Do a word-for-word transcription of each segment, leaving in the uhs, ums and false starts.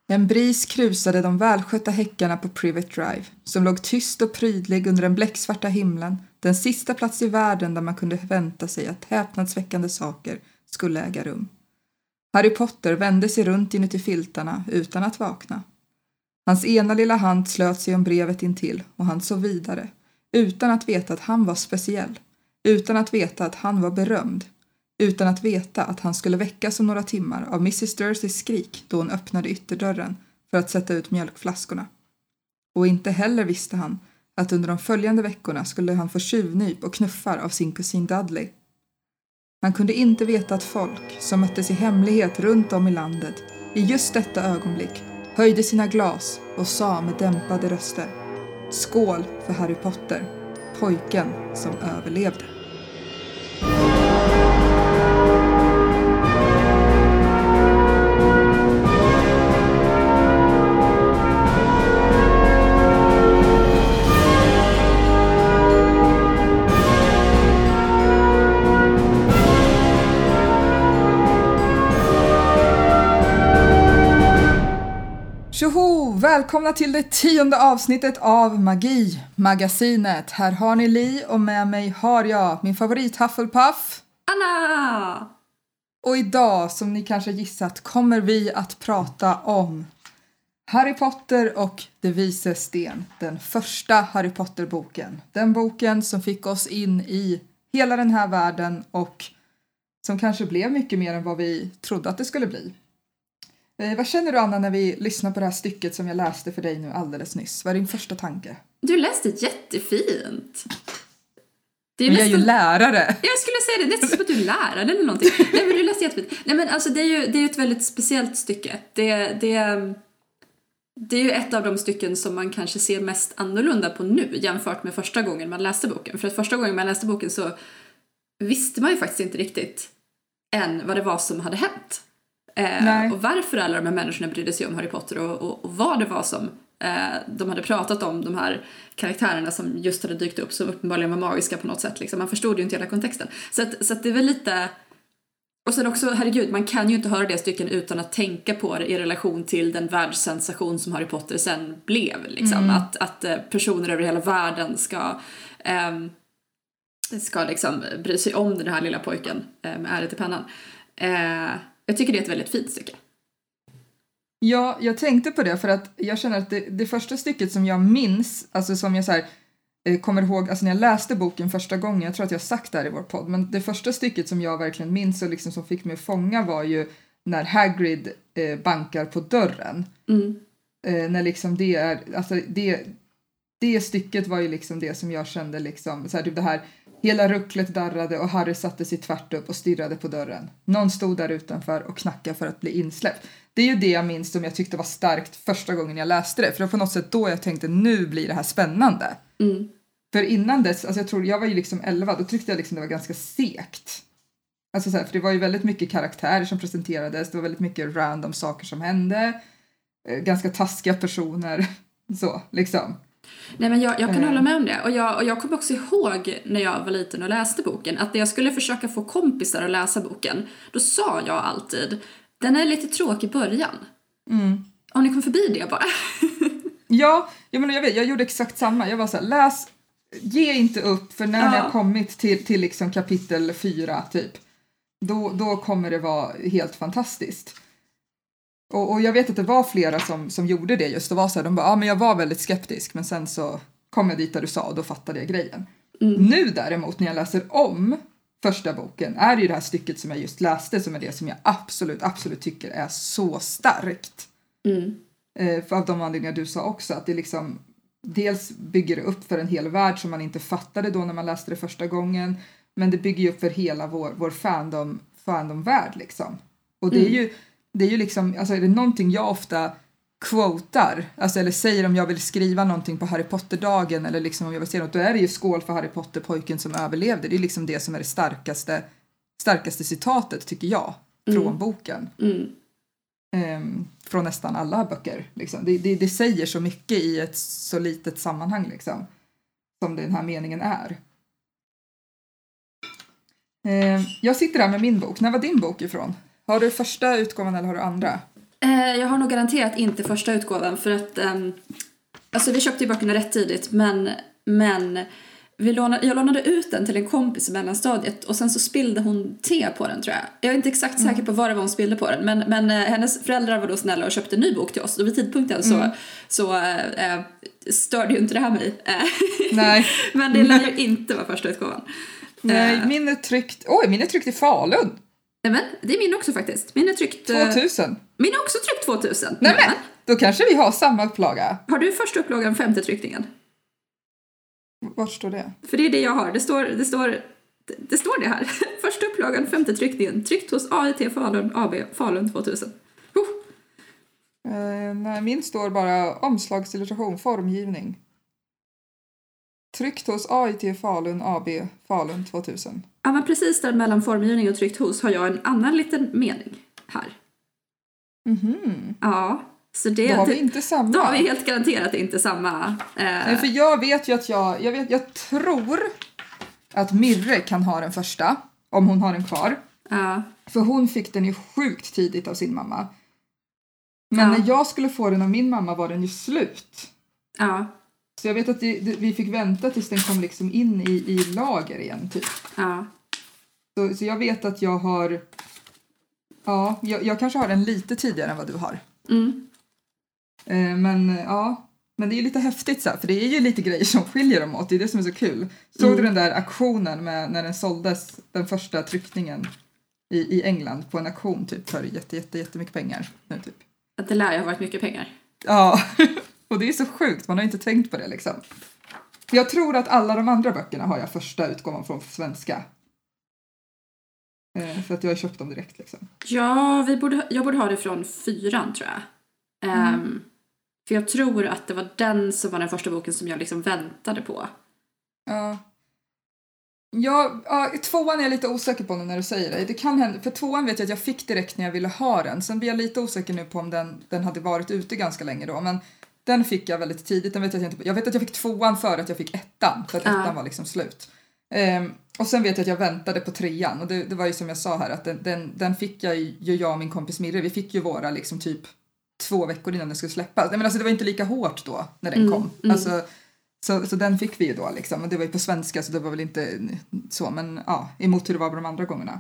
En bris krusade de välskötta häckarna på Privet Drive, som låg tyst och prydlig under den bläcksvarta himlen, den sista plats i världen där man kunde vänta sig att häpnadsväckande saker skulle äga rum. Harry Potter vände sig runt inuti filtarna utan att vakna. Hans ena lilla hand slöt sig om brevet intill och han såg vidare, utan att veta att han var speciell, utan att veta att han var berömd, utan att veta att han skulle väckas om några timmar av missus Dursleys skrik då hon öppnade ytterdörren för att sätta ut mjölkflaskorna. Och inte heller visste han att under de följande veckorna skulle han få tjuvnyp och knuffar av sin kusin Dudley. Han kunde inte veta att folk som möttes i hemlighet runt om i landet i just detta ögonblick höjde sina glas och sa med dämpade röster: skål för Harry Potter, pojken som överlevde. Tjoho! Välkomna till det tionde avsnittet av Magi-magasinet. Här har ni Li och med mig har jag min favorit Hufflepuff, Anna! Och idag, som ni kanske gissat, kommer vi att prata om Harry Potter och De vises sten. Den första Harry Potter-boken. Den boken som fick oss in i hela den här världen och som kanske blev mycket mer än vad vi trodde att det skulle bli. Eh, vad känner du, Anna, när vi lyssnar på det här stycket som jag läste för dig nu alldeles nyss? Vad är din första tanke? Du läste jättefint. Det är men nästan... jag är ju lärare. Jag skulle säga det, nästan som att du är lärare eller någonting. Nej, men du läste jättefint. Nej, men alltså det är ju det är ju ett väldigt speciellt stycke. Det, det, det är ju ett av de stycken som man kanske ser mest annorlunda på nu jämfört med första gången man läste boken. För att första gången man läste boken så visste man ju faktiskt inte riktigt än vad det var som hade hänt. Eh, och varför alla de här människorna brydde sig om Harry Potter och, och, och vad det var som eh, de hade pratat om, de här karaktärerna som just hade dykt upp som uppenbarligen var magiska på något sätt liksom. Man förstod ju inte hela kontexten så, att, så att det är väl lite, och sen också, herregud, man kan ju inte höra det stycken utan att tänka på det i relation till den världssensation som Harry Potter sen blev liksom. mm. att, att personer över hela världen ska eh, ska liksom bry sig om den här lilla pojken eh, med ärret i pannan. eh Jag tycker det är ett väldigt fint stycke. Ja, jag tänkte på det för att jag känner att det, det första stycket som jag minns, alltså som jag så här, eh, kommer ihåg, alltså när jag läste boken första gången, jag tror att jag har sagt det här i vår podd, men det första stycket som jag verkligen minns och liksom som fick mig att fånga var ju när Hagrid eh, bankar på dörren. Mm. Eh, när liksom det är, alltså det, det stycket var ju liksom det som jag kände liksom, så här, typ det här. Hela rucklet darrade och Harry satte sig tvärt upp och stirrade på dörren. Någon stod där utanför och knackade för att bli insläppt. Det är ju det jag minns som jag tyckte var starkt första gången jag läste det. För det var på något sätt då jag tänkte, nu blir det här spännande. Mm. För innan dess, alltså jag tror, jag var ju liksom elva, då tyckte jag liksom det var ganska segt. Alltså så här, för det var ju väldigt mycket karaktärer som presenterades. Det var väldigt mycket random saker som hände. Ganska taskiga personer. Så, liksom. Nej, men jag, jag kan mm. hålla med om det. Och jag, och jag kommer också ihåg när jag var liten och läste boken att när jag skulle försöka få kompisar att läsa boken, då sa jag alltid, den är lite tråkig i början. Mm. Om ni kom förbi det bara. ja, jag, menar, jag vet, jag gjorde exakt samma. Jag var så här, läs, ge inte upp, för när ja. ni har kommit till, till liksom kapitel fyra typ, då, då kommer det vara helt fantastiskt. Och, och jag vet att det var flera som, som gjorde det just. Det var så här, de bara, ja men jag var väldigt skeptisk. Men sen så kom jag dit där du sa och då fattade jag grejen. Mm. Nu däremot när jag läser om första boken är det ju det här stycket som jag just läste som är det som jag absolut, absolut tycker är så starkt. Mm. Eh, för av de anledningar du sa också. Att det liksom dels bygger upp för en hel värld som man inte fattade då när man läste det första gången. Men det bygger ju upp för hela vår, vår fandom, fandom-värld liksom. Och det är ju... Det är ju liksom, alltså är det någonting jag ofta quotar, alltså eller säger om jag vill skriva någonting på Harry Potter-dagen eller liksom om jag vill säga något, då är det ju skål för Harry Potter, pojken som överlevde. Det är liksom det som är det starkaste, starkaste citatet tycker jag från mm. boken. Mm. Um, från nästan alla böcker. Liksom. Det, det, det säger så mycket i ett så litet sammanhang liksom, som den här meningen är. Um, jag sitter här med min bok. När var din bok ifrån? Har du första utgåvan eller har du andra? Eh, jag har nog garanterat inte första utgåvan för att um, alltså vi köpte ju böckerna rätt tidigt men, men vi lånade, jag lånade ut den till en kompis i mellanstadiet och sen så spillde hon te på den tror jag. Jag är inte exakt säker på vad det var hon spillde på den men, men eh, hennes föräldrar var då snälla och köpte en ny bok till oss och vid tidpunkten så, mm. så eh, störde ju inte det här mig. Nej. Men det lär ju inte vara första utgåvan. Nej, uh, min är tryckt, oj min är tryckt i Falun. Nej men, det är min också faktiskt. Min är tryckt... tvåtusen. Min är också tryckt tvåtusen. Nej men, då kanske vi har samma upplaga. Har du första upplagan femte tryckningen? Vart står det? För det är det jag har. Det står det, står, det, står det här. Första upplagan femte tryckningen. Tryckt hos A I T Falun A B Falun tvåtusen. Uh. Uh, nej, min står bara omslagsillustration, formgivning. Tryckt hos A I T Falun A B Falun tvåtusen. Ja, men precis där mellan formgivning och tryckt hos har jag en annan liten mening här. Mhm. Ja, så det... Då har vi inte samma. Då har vi helt garanterat inte samma. Eh... Nej, för jag vet ju att jag... Jag, vet, jag tror att Mirre kan ha den första, om hon har den kvar. Ja. För hon fick den ju sjukt tidigt av sin mamma. Men ja. när jag skulle få den av min mamma var den ju slut. Ja. Så jag vet att det, det, vi fick vänta tills den kom liksom in i, i lager igen typ. Ja. Så, så jag vet att jag har... Ja, jag, jag kanske har den lite tidigare än vad du har. Mm. Eh, men ja, men det är ju lite häftigt så här, för det är ju lite grejer som skiljer dem åt. Det är det som är så kul. Såg mm. du den där aktionen med när den såldes, den första tryckningen i, i England på en auktion typ för jätte, jätte, jättemycket pengar nu typ. Att det lär ju ha varit mycket pengar. Ja, och det är så sjukt, man har inte tänkt på det liksom. Jag tror att alla de andra böckerna har jag första utgåvan från svenska. Eh, för att jag har köpt dem direkt liksom. Ja, vi borde, jag borde ha det från fyran tror jag. Mm. Um, för jag tror att det var den som var den första boken som jag liksom väntade på. Ja. Ja, ja, tvåan är jag lite osäker på nu när du säger det. Det kan hända, för tvåan vet jag att jag fick direkt när jag ville ha den. Sen blir jag lite osäker nu på om den, den hade varit ute ganska länge då. Men den fick jag väldigt tidigt. Den vet jag, inte, jag vet att jag fick tvåan för att jag fick ettan. För att ettan ja. var liksom slut. Um, och sen vet jag att jag väntade på trean. Och det, det var ju som jag sa här. Att den, den, den fick jag ju, jag och min kompis Mirre. Vi fick ju våra liksom typ två veckor innan den skulle släppas. Men alltså det var inte lika hårt då när den mm, kom. Mm. Alltså... Så, så den fick vi ju då liksom. Och det var ju på svenska så det var väl inte så. Men ja, emot hur det var på de andra gångerna.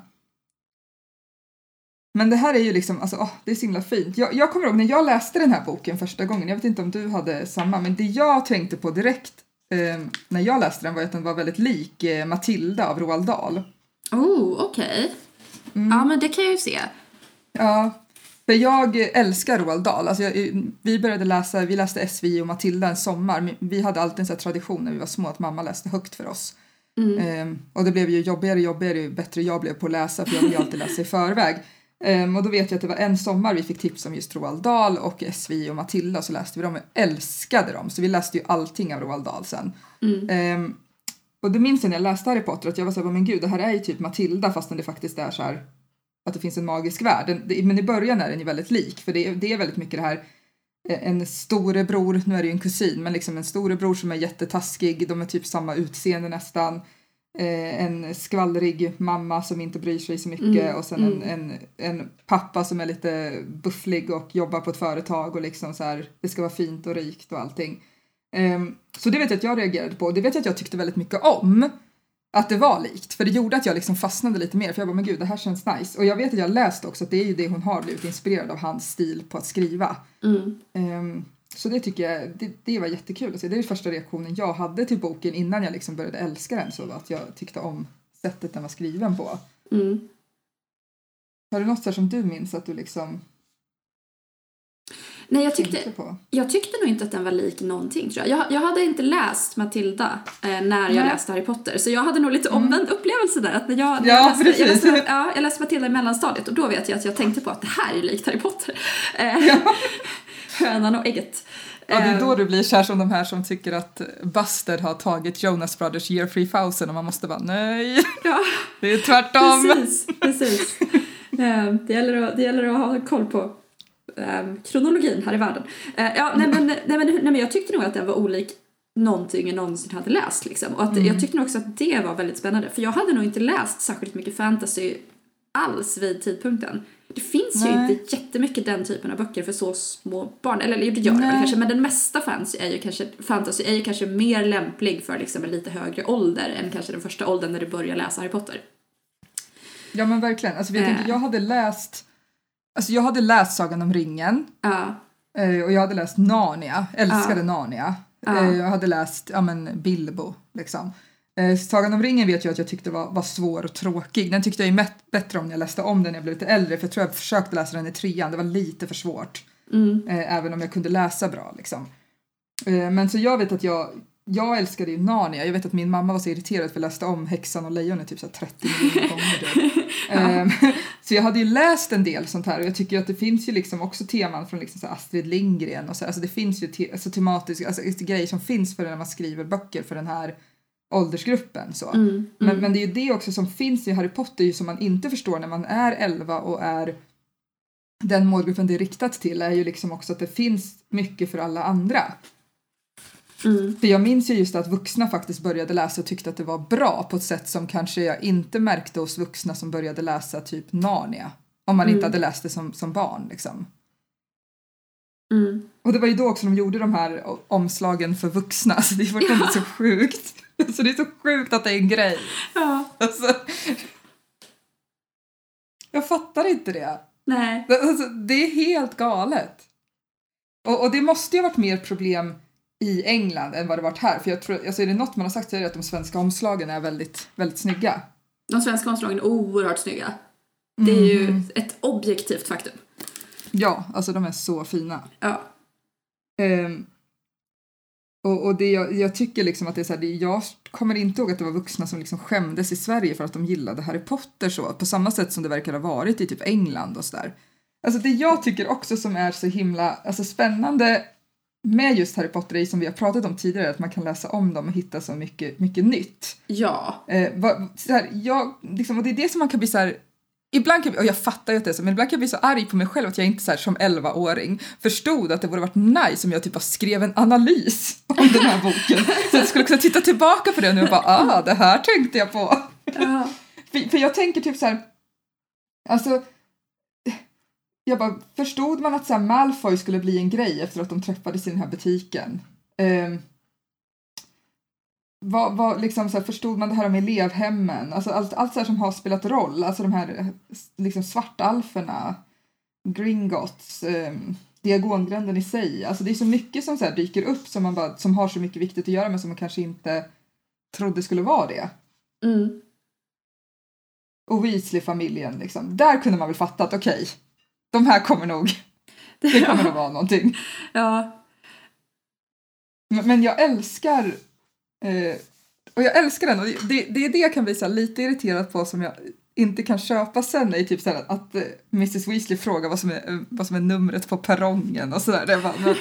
Men det här är ju liksom, alltså åh, det är så himla fint. Jag, jag kommer ihåg när jag läste den här boken första gången. Jag vet inte om du hade samma. Men det jag tänkte på direkt eh, när jag läste den var att den var väldigt lik eh, Matilda av Roald Dahl. Oh, okej. Okay. Mm. Ja, men det kan jag ju se. Ja. För jag älskar Roald Dahl. Alltså jag, vi började läsa, vi läste S V I och Matilda en sommar. Vi hade alltid en sån här tradition när vi var små att mamma läste högt för oss. Mm. Ehm, och det blev ju jobbigare och jobbigare ju bättre jag blev på att läsa. För jag ville ju alltid läsa i förväg. Ehm, och då vet jag att det var en sommar vi fick tips om just Roald Dahl och S V I och Matilda. Så läste vi dem och älskade dem. Så vi läste ju allting av Roald Dahl sen. Mm. Ehm, och det minns jag när jag läste Harry Potter att jag var så här, men gud det här är ju typ Matilda fastän det faktiskt är så här... Att det finns en magisk värld. Men i början är den ju väldigt lik. För det är, det är väldigt mycket det här. En storebror, nu är det ju en kusin. Men liksom en storebror som är jättetaskig. De är typ samma utseende nästan. Eh, en skvallrig mamma som inte bryr sig så mycket. Mm, och sen mm. en, en, en pappa som är lite bufflig och jobbar på ett företag. Och liksom så här, det ska vara fint och rikt och allting. Eh, så det vet jag att jag reagerade på. Det vet jag att jag tyckte väldigt mycket om. Att det var likt. För det gjorde att jag liksom fastnade lite mer. För jag bara, men gud, det här känns nice. Och jag vet att jag läste också att det är ju det hon har blivit inspirerad av hans stil på att skriva. Mm. Um, så det tycker jag, det, det var jättekul att se. Det är första reaktionen jag hade till boken innan jag liksom började älska den. Så att jag tyckte om sättet den var skriven på. Mm. Har du något där som du minns att du liksom... Nej, jag tyckte, jag tyckte nog inte att den var lik någonting, tror jag. Jag, jag hade inte läst Matilda eh, när jag Nej. läste Harry Potter. Så jag hade nog lite omvänd mm. upplevelse där. Att när jag, när ja, jag, läste, jag, läste, ja, jag läste Matilda i mellanstadiet. Och då vet jag att jag tänkte på att det här är likt Harry Potter. Eh, ja. Hönan och ägget. Ja, det är då du blir kär som de här som tycker att Buster har tagit Jonas Brothers Year three thousand. Och man måste bara, nej. Ja. Det är tvärtom. Precis, precis. eh, det, gäller att, det gäller att ha koll på Um, kronologin här i världen. Uh, ja, nej, men, nej, men, nej, men jag tyckte nog att den var olik någonting jag någonsin hade läst. Liksom. Och att, mm. jag tyckte nog också att det var väldigt spännande. För jag hade nog inte läst särskilt mycket fantasy alls vid tidpunkten. det finns Nej. ju inte jättemycket den typen av böcker för så små barn. Eller det gör det väl kanske, men den mesta fantasy är ju kanske, fantasy är ju kanske mer lämplig för liksom en lite högre ålder än kanske den första åldern när du börjar läsa Harry Potter. Ja men verkligen. Alltså, jag, tänkte, jag hade läst alltså jag hade läst Sagan om ringen. Ja. Uh. Och jag hade läst Narnia. Älskade Ja. Narnia. Ja. Uh, jag hade läst ja, men Bilbo. Liksom. Uh, Sagan om ringen vet jag att jag tyckte var, var svår och tråkig. Den tyckte jag ju met- bättre om när jag läste om den när jag blev lite äldre. För jag tror jag försökte läsa den i trean. Det var lite för svårt. Mm. Uh, även om jag kunde läsa bra. Liksom. Uh, men så jag vet att jag... Jag älskade ju Narnia. Jag vet att min mamma var så irriterad för att läste om Häxan och lejonet typ så trettio miljoner gånger. ja. um, så jag hade ju läst en del sånt här. Och jag tycker att det finns ju liksom också teman från liksom så Astrid Lindgren. Och så. Alltså det finns ju te- alltså tematiska alltså grejer som finns för när man skriver böcker för den här åldersgruppen. Så. Mm, mm. Men, men det är ju det också som finns i Harry Potter ju som man inte förstår när man är elva och är den målgruppen det är riktat till är ju liksom också att det finns mycket för alla andra. Mm. För jag minns ju just att vuxna faktiskt började läsa och tyckte att det var bra på ett sätt som kanske jag inte märkte hos vuxna som började läsa typ Narnia. Om man Mm. inte hade läst det som, som barn liksom. Mm. Och det var ju då också de gjorde de här omslagen för vuxna. Alltså det är fortfarande Ja. så sjukt. Alltså det är så sjukt att det är en grej. Ja. Alltså, jag fattar inte det. Nej. Alltså, det är helt galet. Och, och det måste ju ha varit mer problem i England än vad det varit här. För jag tror, alltså är det något man har sagt så är det att de svenska omslagen är väldigt, väldigt snygga. De svenska omslagen är oerhört snygga. Det är ju Mm. ett objektivt faktum. Ja, alltså de är så fina. Ja. Um, och, och det jag, jag tycker liksom att det är så här, det, jag kommer inte ihåg att det var vuxna som liksom skämdes i Sverige för att de gillade Harry Potter så. På samma sätt som det verkar ha varit i typ England och sådär. Alltså det jag tycker också som är så himla alltså spännande med just Harry Potter är som vi har pratat om tidigare att man kan läsa om dem och hitta så mycket, mycket nytt. Ja. Eh, vad, så här, jag, liksom, och det är det som man kan bli så här, ibland kan, och jag fattar ju att det är så, men ibland kan jag bli så arg på mig själv att jag inte så här, som elva-åring förstod att det borde varit nice om jag typ bara skrev en analys om den här boken. Så jag skulle kunna titta tillbaka på det nu och bara, ah, det här tänkte jag på. Ja. för, för jag tänker typ så här, alltså, jag bara, förstod man att så här, Malfoy skulle bli en grej efter att de träffades i den här butiken? Um, Vad, vad, liksom så här, förstod man det här om elevhemmen? Alltså allt, allt så här som har spelat roll. Alltså de här liksom svartalferna, Gringotts, eh, Diagongränden i sig. Alltså det är så mycket som så här dyker upp som, man bara, som har så mycket viktigt att göra men som man kanske inte trodde skulle vara det. Mm. Och Weasley-familjen liksom. Där kunde man väl fatta att okej, okay, de här kommer nog, det kommer nog vara någonting. Ja. Men, men jag älskar Eh, och jag älskar den och det, det är det jag kan bli så här lite irriterad på som jag inte kan köpa sen är typ så här att eh, missus Weasley frågar vad som är, vad som är numret på perrongen och sådär. Det var, men,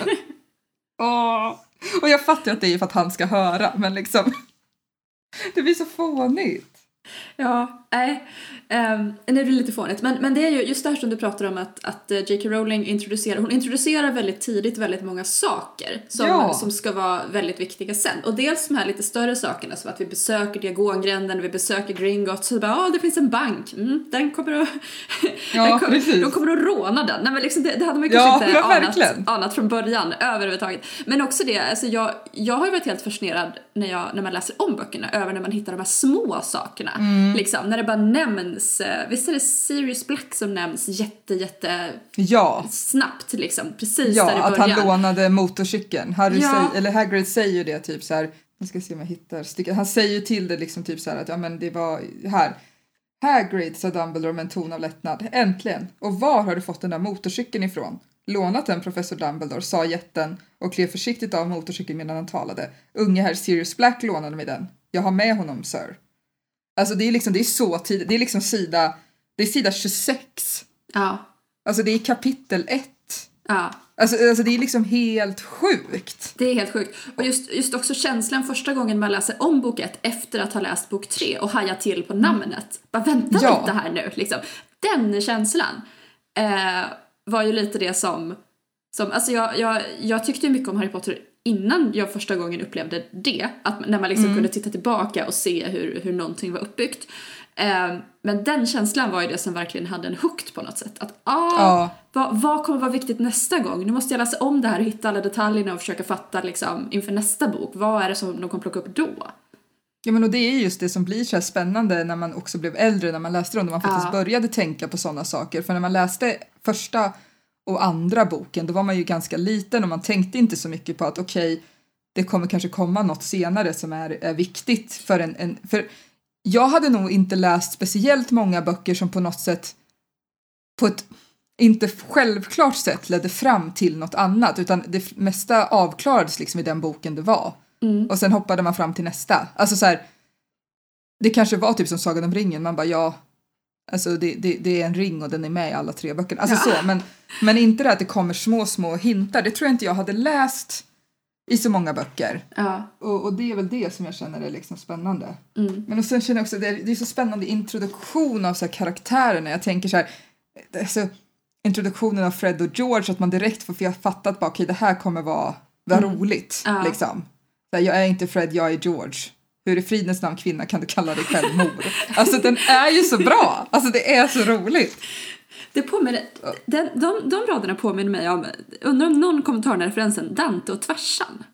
åh. Och jag fattar att det är för att han ska höra men liksom det blir så fånigt. Ja, nej. Um, det blir lite fånigt. Men, men det är ju just det här som du pratar om att, att J K Rowling introducerar, hon introducerar väldigt tidigt väldigt många saker som, Ja. som ska vara väldigt viktiga sen. Och dels de här lite större sakerna som att vi besöker Diagongränden, vi besöker Gringotts så bara, ja det finns en bank, mm, den kommer att Ja, den kom, precis. de kommer att råna den. Nej, men liksom det, det hade man ju Ja, kanske inte men anat, verkligen. anat från början överhuvudtaget. Men också det, alltså jag, jag har ju varit helt fascinerad när, jag, när man läser om böckerna över när man hittar de här små sakerna. Mm. Liksom, när det bara nämns, visst är det Sirius Black som nämns jätte, jätte Ja. snabbt liksom, precis Ja, där i att början. han lånade motorcykeln. Harry Ja. säger, eller Hagrid säger ju det typ så här. Jag ska se om jag hittar stycket. Han säger ju till det liksom typ så här att ja men det var här. Hagrid, sa Dumbledore med en ton av lättnad. Äntligen. Och var har du fått den där motorcykeln ifrån? Lånat den, professor Dumbledore, sa jätten och klev försiktigt av motorcykeln medan han talade. Unge herr Sirius Black lånade mig den. Jag har med honom, sir. Alltså det är liksom, det är så tidigt. Det är liksom sida, det är sida tjugosex. Ja. Alltså det är kapitel ett. Ja. Alltså, alltså det är liksom helt sjukt. Det är helt sjukt. Och just, just också känslan första gången man läser om bok ett efter att ha läst bok tre och hajar till på namnet. Bara vänta Ja. lite här nu. Liksom. Den känslan eh, var ju lite det som... som alltså jag, jag, jag tyckte ju mycket om Harry Potter innan jag första gången upplevde det. Att när man liksom Mm. kunde titta tillbaka och se hur, hur någonting var uppbyggt. Eh, men den känslan var ju det som verkligen hade en hooked på något sätt. Att, ah, Ja. vad, vad kommer vara viktigt nästa gång? Nu måste jag läsa om det här och hitta alla detaljerna och försöka fatta liksom, inför nästa bok. Vad är det som de kommer plocka upp då? Ja, men och det är just det som blir så här spännande när man också blev äldre, när man läste dem, när man faktiskt Ja. började tänka på sådana saker. För när man läste första och andra boken, då var man ju ganska liten och man tänkte inte så mycket på att okej, okay, det kommer kanske komma något senare som är, är viktigt för en, en... För jag hade nog inte läst speciellt många böcker som på något sätt, på ett inte självklart sätt ledde fram till något annat, utan det mesta avklarades liksom i den boken det var. Mm. Och sen hoppade man fram till nästa. Alltså så här, det kanske var typ som Sagan om ringen, man bara ja, alltså det, det, det är en ring och den är med i alla tre böckerna. Alltså ja. så, men, men inte det att det kommer små, små hintar. Det tror jag inte jag hade läst i så många böcker. Ja. Och, och det är väl det som jag känner är liksom spännande. Mm. Men och sen känner jag också, det är, det är så spännande introduktion av så här karaktärerna. Jag tänker så här, alltså, introduktionen av Fred och George, att man direkt får fatta att bara, okej, det här kommer vara, vara mm. roligt. Ja. Liksom. Så här, jag är inte Fred, jag är George. Hur i fridens namn kvinna kan du kalla dig själv mor? Alltså den är ju så bra. Alltså det är så roligt. Det påminner, den, de, de raderna påminner mig om, undrar om någon kommer ta den här referensen, Dante och tvärsan.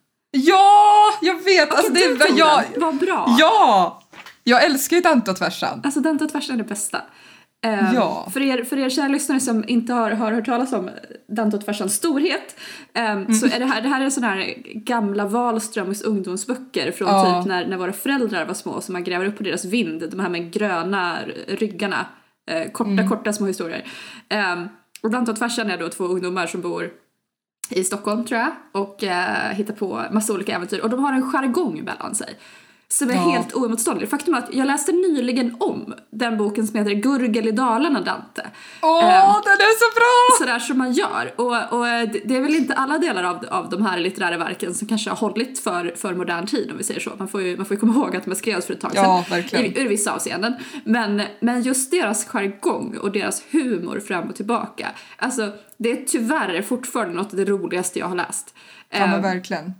Ja, jag vet. Alltså, det är jag, vad bra. Ja, jag älskar ju Dante och tvärsan. Alltså Dante och tvärsan är det bästa. Um, ja. För er, för er kära lyssnare som inte har, har hört talas om Dante och tvärsans storhet, um, mm. så är det här, det här är sådana här gamla Wahlströms ungdomsböcker från ja. typ när, när våra föräldrar var små, som man gräver upp på deras vind, de här med gröna ryggarna, uh, korta, mm. korta små historier. Um, och Dante och tvärsan är då två ungdomar som bor i Stockholm, tror jag, och uh, hittar på massa olika äventyr, och de har en jargong mellan sig som är ja. helt oemotståndlig. Faktum är att jag läste nyligen om den boken som heter Gurgel i Dalarna, Dante. Åh, oh, um, den är så bra! Sådär som man gör. Och, och det är väl inte alla delar av, av de här litterära verken som kanske har hållit för, för modern tid, om vi säger så. Man får ju, man får ju komma ihåg att de skrevs för ett tag sedan. Ja, verkligen. I, ur vissa avseenden. Men, men just deras jargong och deras humor fram och tillbaka. Alltså, det är tyvärr fortfarande något av det roligaste jag har läst. Ja, um, men verkligen.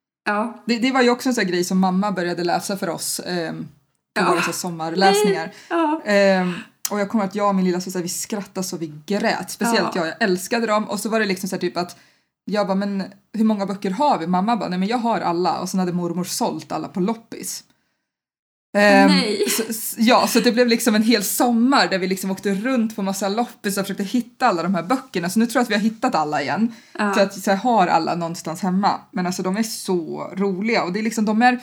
Ja. Det, det var ju också en sån här grej som mamma började läsa för oss eh, på ja. våra så sommarläsningar. Ja. Eh, och jag kommer att jag och min lilla syster, vi skrattade så vi grät. Speciellt ja. jag, jag älskade dem. Och så var det liksom så här typ att jag bara, men hur många böcker har vi? Mamma bara, nej men jag har alla. Och sen hade mormor sålt alla på loppis. Um, Nej. Så, ja, så det blev liksom en hel sommar där vi liksom åkte runt på massa loppis och försökte hitta alla de här böckerna. Så nu tror jag att vi har hittat alla igen. Uh. Så att så här, har alla någonstans hemma. Men alltså de är så roliga. Och det är liksom, de är,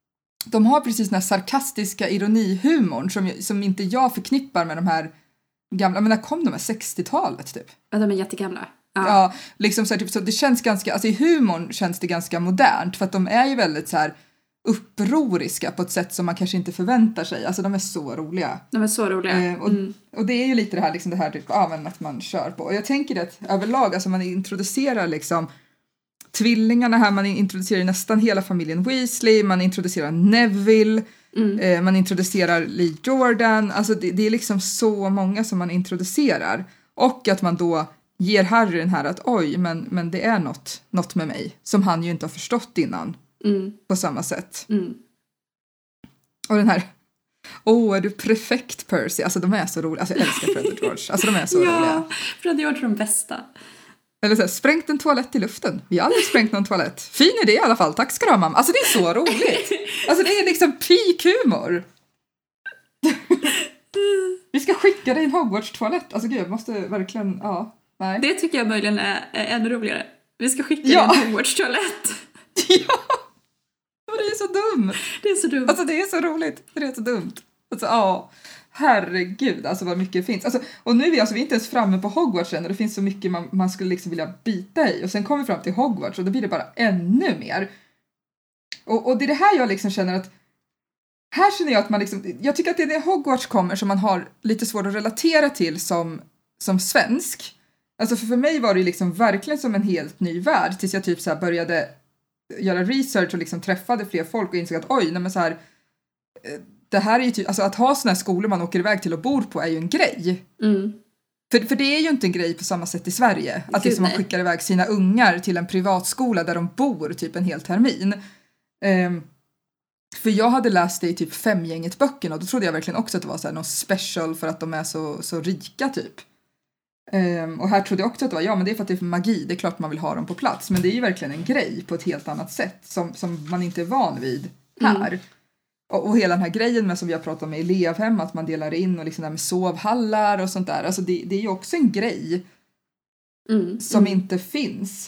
de har precis den här sarkastiska ironihumorn som, som inte jag förknippar med de här gamla. Men när kom de här sextiotalet typ? Ja, de är jättegamla. Uh. Ja, liksom så här, typ, så det känns ganska, alltså i humorn känns det ganska modernt. För att de är ju väldigt så här upproriska på ett sätt som man kanske inte förväntar sig. Alltså de är så roliga. De är så roliga. Eh, och, mm. och det är ju lite det här, liksom det här typ, ja, men att man kör på. Och jag tänker att överlag, alltså man introducerar liksom tvillingarna här, man introducerar nästan hela familjen Weasley, man introducerar Neville, mm. eh, man introducerar Lee Jordan. Alltså det, det är liksom så många som man introducerar. Och att man då ger Harry den här att oj, men, men det är något, något med mig som han ju inte har förstått innan. Mm. På samma sätt. Mm. Och den här, åh, oh, är du perfekt Percy? Alltså de är så roliga. Alltså jag älskar Fred och George. Alltså de är så ja, roliga. Fred och George är de bästa. Eller så här, sprängt en toalett i luften. Vi har aldrig sprängt någon toalett. Fin idé i alla fall. Tack ska du ha, mamma. Alltså det är så roligt. Alltså det är liksom peak-humor. Vi ska skicka dig en Hogwarts-toalett. Alltså gud, jag måste verkligen, ja. Nej. Det tycker jag möjligen är, är ännu roligare. Vi ska skicka ja. dig en Hogwarts-toalett. Ja. Och det är så dumt. Det är så dumt. Alltså det är så roligt. Det är så dumt. Alltså ja, herregud. Alltså vad mycket det finns. Alltså, och nu är alltså, vi inte ens framme på Hogwarts än. Och det finns så mycket man, man skulle liksom vilja bita i. Och sen kommer vi fram till Hogwarts. Och då blir det bara ännu mer. Och, och det är det här jag liksom känner att. Här känner jag att man liksom. Jag tycker att det är när Hogwarts kommer som man har lite svårt att relatera till som, som svensk. Alltså för, för mig var det liksom verkligen som en helt ny värld. Tills jag typ så här började göra research och liksom träffade fler folk och insåg att oj, nej men så här, det här är ju typ, alltså att ha såna här skolor man åker iväg till och bor på är ju en grej. Mm. För, för det är ju inte en grej på samma sätt i Sverige. Att Gud, liksom man skickar iväg sina ungar till en privatskola där de bor typ en hel termin. Um, För jag hade läst det i typ Femgänget böckerna och då trodde jag verkligen också att det var så här någon special för att de är så, så rika typ. Um, och här trodde jag också att det var, ja men det är för att det är för magi, det är klart man vill ha dem på plats. Men det är ju verkligen en grej på ett helt annat sätt som, som man inte är van vid här. Mm. Och, och hela den här grejen med som vi har pratat om med elevhem, att man delar in och liksom där med sovhallar och sånt där. Alltså det, det är ju också en grej mm. som mm. inte finns.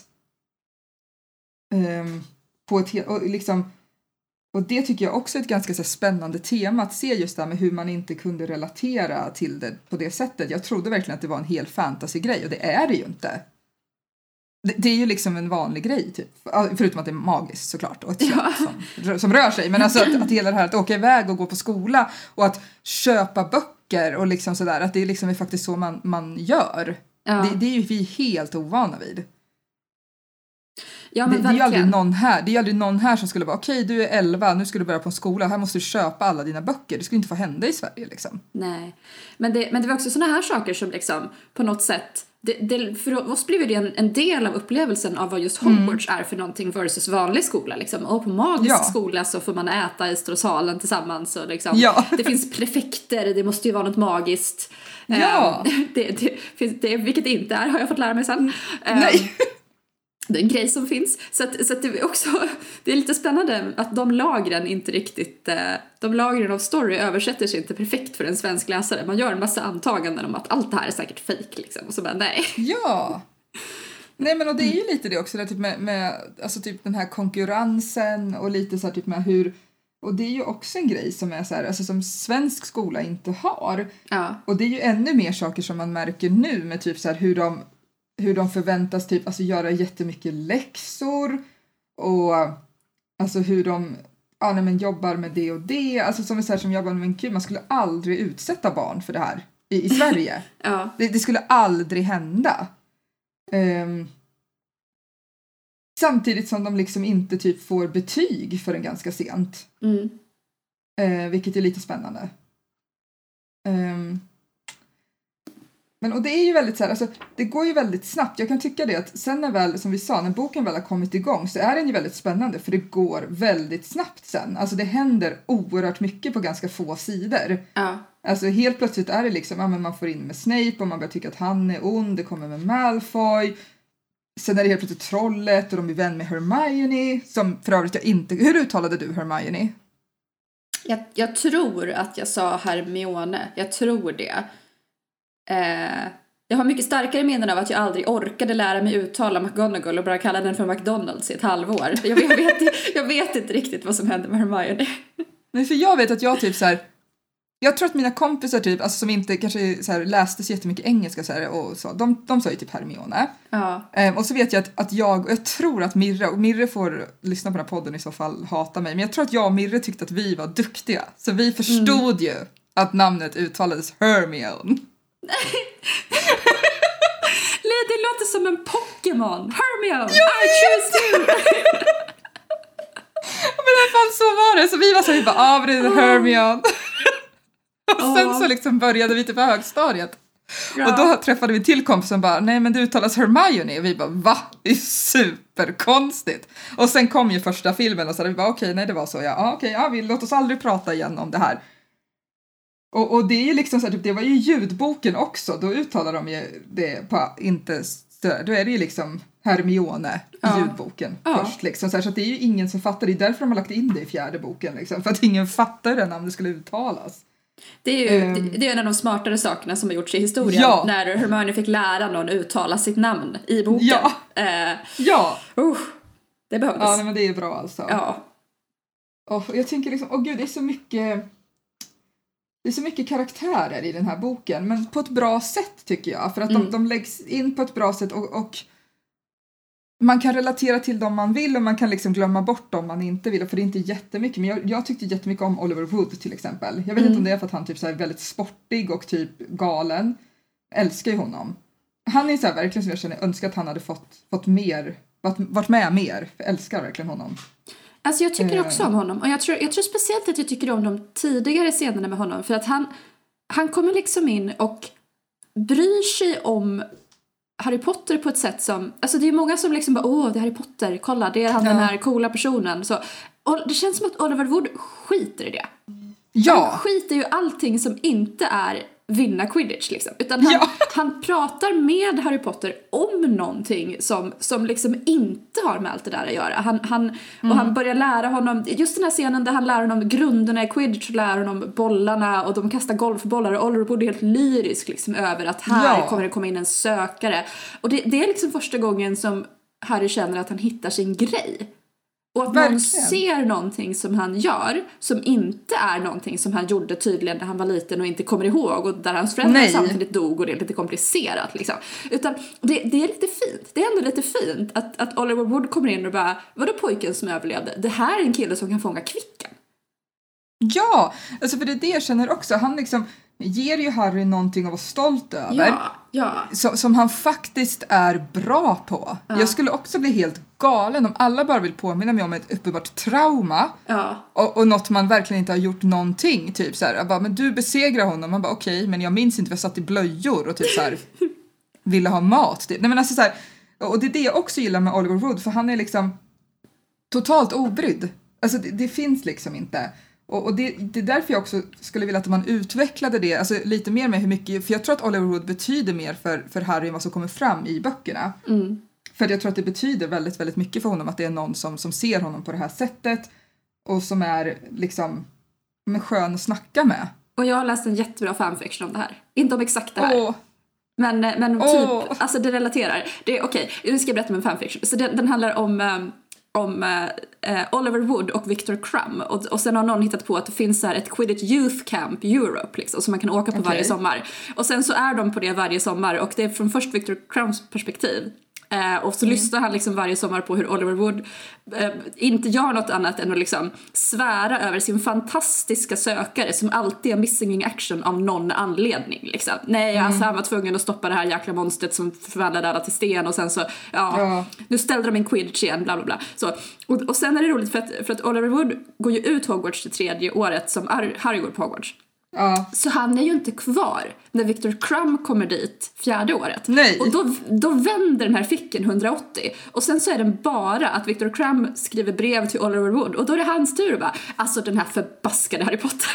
Um, på ett helt, och liksom... Och det tycker jag också är ett ganska så spännande tema att se just det här med hur man inte kunde relatera till det på det sättet. Jag trodde verkligen att det var en hel fantasy-grej och det är det ju inte. Det, det är ju liksom en vanlig grej typ. Förutom att det är magiskt såklart och ett ja. som, som rör sig. Men alltså att, att hela det här att åka iväg och gå på skola och att köpa böcker och liksom sådär. Att det är liksom faktiskt så man, man gör. Ja. Det, det är ju vi helt ovana vid. Ja, men det, det är ju aldrig någon här det är aldrig någon här som skulle vara okej, okay, du är elva, nu ska du börja på en skola, här måste du köpa alla dina böcker, det skulle inte få hända i Sverige liksom. Nej, men det, men det var också såna här saker som liksom på något sätt det, det, för oss blev det en, en del av upplevelsen av vad just Hogwarts mm. är för någonting versus vanlig skola liksom. Och på magisk ja. skola så får man äta i strosalen tillsammans och liksom, ja. det finns prefekter, det måste ju vara något magiskt ja. um, det, det, det, det, vilket det inte är har jag fått lära mig sen um, nej. Det är en grej som finns. Så, att, så att det är också det är lite spännande att de lagren inte riktigt de lagren av story översätter sig inte perfekt för en svensk läsare. Man gör en massa antaganden om att allt det här är säkert fake liksom. Och så bara nej. Ja. Nej men och det är ju lite det också där, typ med, med alltså typ den här konkurrensen och lite så här, typ med hur och det är ju också en grej som är så här, alltså som svensk skola inte har. Ja. Och det är ju ännu mer saker som man märker nu med typ så här hur de hur de förväntas typ alltså göra jättemycket läxor och alltså hur de ja, nej, men jobbar med det och det, alltså som är så här, som jobbar med en kul, man skulle aldrig utsätta barn för det här i, i Sverige. Ja. det, det skulle aldrig hända. Um, samtidigt som de liksom inte typ får betyg för en ganska sent. Mm. Uh, vilket är lite spännande. Um, Men, och det är ju väldigt så här, alltså, det går ju väldigt snabbt. Jag kan tycka det att sen när väl, som vi sa, när boken väl har kommit igång så är den ju väldigt spännande för det går väldigt snabbt sen. Alltså det händer oerhört mycket på ganska få sidor. Ja. Alltså helt plötsligt är det liksom, ja men man får in med Snape och man börjar tycka att han är ond, det kommer med Malfoy. Sen är det helt plötsligt trollet och de är vän med Hermione, som för övrigt jag inte, hur uttalade du Hermione? Jag, jag tror att jag sa Hermione, jag tror det. Eh, jag har mycket starkare minnen av att jag aldrig orkade lära mig uttala McGonagall och bara kalla den för McDonalds i ett halvår. Jag vet, jag vet, jag vet inte riktigt vad som hände med Hermione. Nej, för jag vet att jag typ så här, jag tror att mina kompisar typ, alltså som inte kanske så här, läste så jättemycket engelska så här, och så, de, de sa ju typ Hermione. Ja. Um, och så vet jag att, att jag, och jag tror att Mirre, och Mirre får lyssna på den här podden i så fall, hata mig, men jag tror att jag och Mirre tyckte att vi var duktiga. Så vi förstod mm. ju att namnet uttalades Hermione. Det låter som en Pokémon. Hermione, ja, I choose you. Men i alla fall så var det. Så vi var så här, vi bara, ah, det är Hermione. Och sen så liksom började vi typ på högstadiet. Ja. Och då träffade vi till kompis som bara, nej men det uttalas Hermione. Och vi bara, va? Det är superkonstigt. Och sen kom ju första filmen och så vi bara, okej, okay, nej det var så. Ja, ah, okej, okay, ja, vi låt oss aldrig prata igen om det här. Och, och det är ju liksom så här, typ, det var ju ljudboken också. Då uttalar de ju det på inte större. Då är det ju liksom Hermione i ja. ljudboken ja. först. Liksom. Så, här, så att det är ju ingen som fattar. Det är därför de har lagt in det i fjärde boken. Liksom, för att ingen fattar hur det namnet skulle uttalas. Det är ju um, det, det är en av de smartare sakerna som har gjorts i historien. Ja. När Hermione fick lära någon uttala sitt namn i boken. Ja. Uh, ja. Uh, det behövdes. Ja, men det är bra alltså. Ja. Och jag tänker liksom, åh gud, det är så mycket... Det är så mycket karaktärer i den här boken, men på ett bra sätt tycker jag. För att mm. de, de läggs in på ett bra sätt och, och man kan relatera till dem man vill och man kan liksom glömma bort dem man inte vill. För det är inte jättemycket, men jag, jag tyckte jättemycket om Oliver Wood till exempel. Jag vet mm. inte om det är för att han typ så här är väldigt sportig och typ galen. Jag älskar ju honom. Han är så här verkligen som jag känner, önskar att han hade fått, fått mer, varit, varit med mer. Jag älskar verkligen honom. Alltså jag tycker också om honom. Och jag tror, jag tror speciellt att jag tycker om de tidigare scenerna med honom. För att han, han kommer liksom in och bryr sig om Harry Potter på ett sätt som... Alltså det är många som liksom bara, åh, det är Harry Potter, kolla, det är han ja. den här coola personen. Så, Och det känns som att Oliver Wood skiter i det. Ja. Han skiter ju allting som inte är vinna Quidditch liksom. Utan han, Ja. han pratar med Harry Potter om någonting som, som liksom inte har med allt det där att göra. Han, han, mm. Och han börjar lära honom, just den här scenen där han lär honom grunderna i Quidditch och lär honom bollarna och de kastar golfbollar och Oliver Wood är helt lyrisk liksom över att här Ja. kommer det komma in en sökare. Och det, det är liksom första gången som Harry känner att han hittar sin grej. Och att Verkligen. någon ser någonting som han gör som inte är någonting som han gjorde tydligen när han var liten och inte kommer ihåg och där hans föräldrar Nej. samtidigt dog och det är lite komplicerat liksom. Utan det, det är lite fint. Det är ändå lite fint att, att Oliver Wood kommer in och bara, vadå pojken som överlevde? Det här är en kille som kan fånga kvicken. Ja, alltså för det är det jag känner också. Han liksom ger ju Harry någonting att vara stolt över. Ja, ja. Som, som han faktiskt är bra på. Ja. Jag skulle också bli helt galen om alla bara vill påminna mig om ett uppenbart trauma. Ja. Och, och något man verkligen inte har gjort någonting. Typ så här, jag bara, men du besegrar honom. Man bara, okej, okay, men jag minns inte, vi satt i blöjor och typ så här ville ha mat. Typ. Nej, men alltså så här, och det är det jag också gillar med Oliver Wood. För han är liksom totalt obrydd. Alltså det, det finns liksom inte. Och, och det, det är därför jag också skulle vilja att man utvecklade det alltså lite mer med hur mycket, för jag tror att Oliver Wood betyder mer för, för Harry än vad som kommer fram i böckerna. Mm. För jag tror att det betyder väldigt, väldigt mycket för honom att det är någon som, som ser honom på det här sättet och som är liksom men skön att snacka med. Och jag har läst en jättebra fanfiction om det här. Inte om exakt det här. Åh. Men, men typ, Åh. alltså det relaterar. Det är okej, okay, nu ska jag berätta om en fanfiction. Så den, den handlar om... Um, om eh, Oliver Wood och Victor Crumb och, och sen har någon hittat på att det finns så här ett Quidditch Youth Camp Europe liksom, som man kan åka på okay. varje sommar och sen så är de på det varje sommar och det är från först Victor Crumbs perspektiv. Eh, och så mm. lyssnar han liksom varje sommar på hur Oliver Wood eh, inte gör något annat än att liksom svära över sin fantastiska sökare som alltid är missing in action av någon anledning. Liksom. Nej, mm. alltså han var tvungen att stoppa det här jäkla monstret som förvandlade alla till sten och sen så, ja, ja. nu ställde de in Quidditch igen, bla bla bla. Så, och, och sen är det roligt för att, för att Oliver Wood går ju ut Hogwarts det tredje året som Harry går på Hogwarts. Ja. Så han är ju inte kvar när Victor Crumb kommer dit fjärde året. Nej. Och då, då vänder den här ficken hundraåttio. Och sen så är den bara att Victor Crumb skriver brev till Oliver Wood. Och då är det hans tur att bara, alltså den här förbaskade Harry Potter.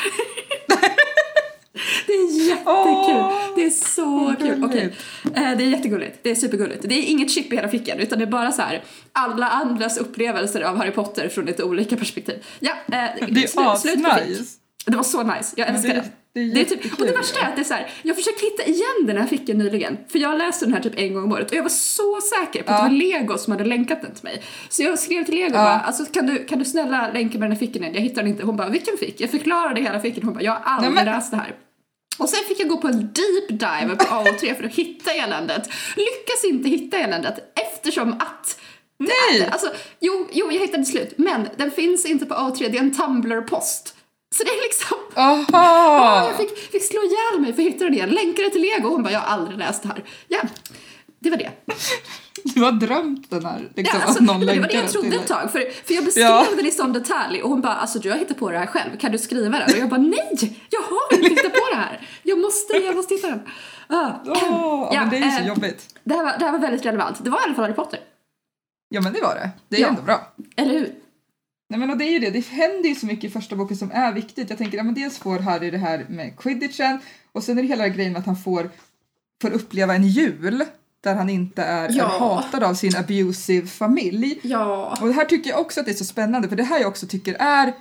Det är jättekul. Oh, det är så kul. Okej. Okay. Det är jättegulligt. Det är supergulligt. Det är inget chip i hela fickan utan det är bara så här alla andras upplevelser av Harry Potter från lite olika perspektiv. Ja, eh, det är slut, slut på fick. nice. Det var så nice. Jag älskar det. Det, det, det är typ, och det värsta är att det är så här, jag försökte hitta igen den här fickan nyligen. För jag läste den här typ en gång om året. Och jag var så säker på att ja. det var Lego som hade länkat den till mig. Så jag skrev till Lego och ja. bara, alltså kan du, kan du snälla länka med den här fickan igen? Jag hittar den inte. Hon bara, vilken fick? Jag förklarade hela fickan. Hon bara, jag har aldrig Nej, men... läst det här. Och sen fick jag gå på en deep dive på A O tre för att hitta eländet. Lyckas inte hitta eländet eftersom att Nej! Alltså, jo, jo, jag hittade till slut. Men den finns inte på A O tre. Det är en Tumblr-post. Så det är liksom... Aha! Oh, jag fick, fick slå ihjäl mig för att hitta den igen. Länkade till Lego. Hon bara, jag har aldrig läst det här. Ja, det var det. Du har drömt den här. Liksom, ja, alltså, att någon det var det jag trodde ett tag. För, för jag beskrev ja. den i sån detalj. Och hon bara, alltså du har hittat på det här själv. Kan du skriva den? Och jag bara, nej! Jag har inte hittat på det här. Jag måste, jag måste hitta den. Ah. Oh, ja, men det är ju så äh, jobbigt. Det här, var, det här var väldigt relevant. Det var i alla fall Harry Potter. Ja, men det var det. Det är ja. ändå bra. Eller hur? Nej, men och det är ju det. Det händer ju så mycket i första boken som är viktigt. Jag tänker, ja, men dels får Harry det här med Quidditchen. Och sen är det hela grejen med att han får, får uppleva en jul. Där han inte är, ja. är hatad av sin abusive familj. Ja. Och det här tycker jag också att det är så spännande. För det här jag också tycker är...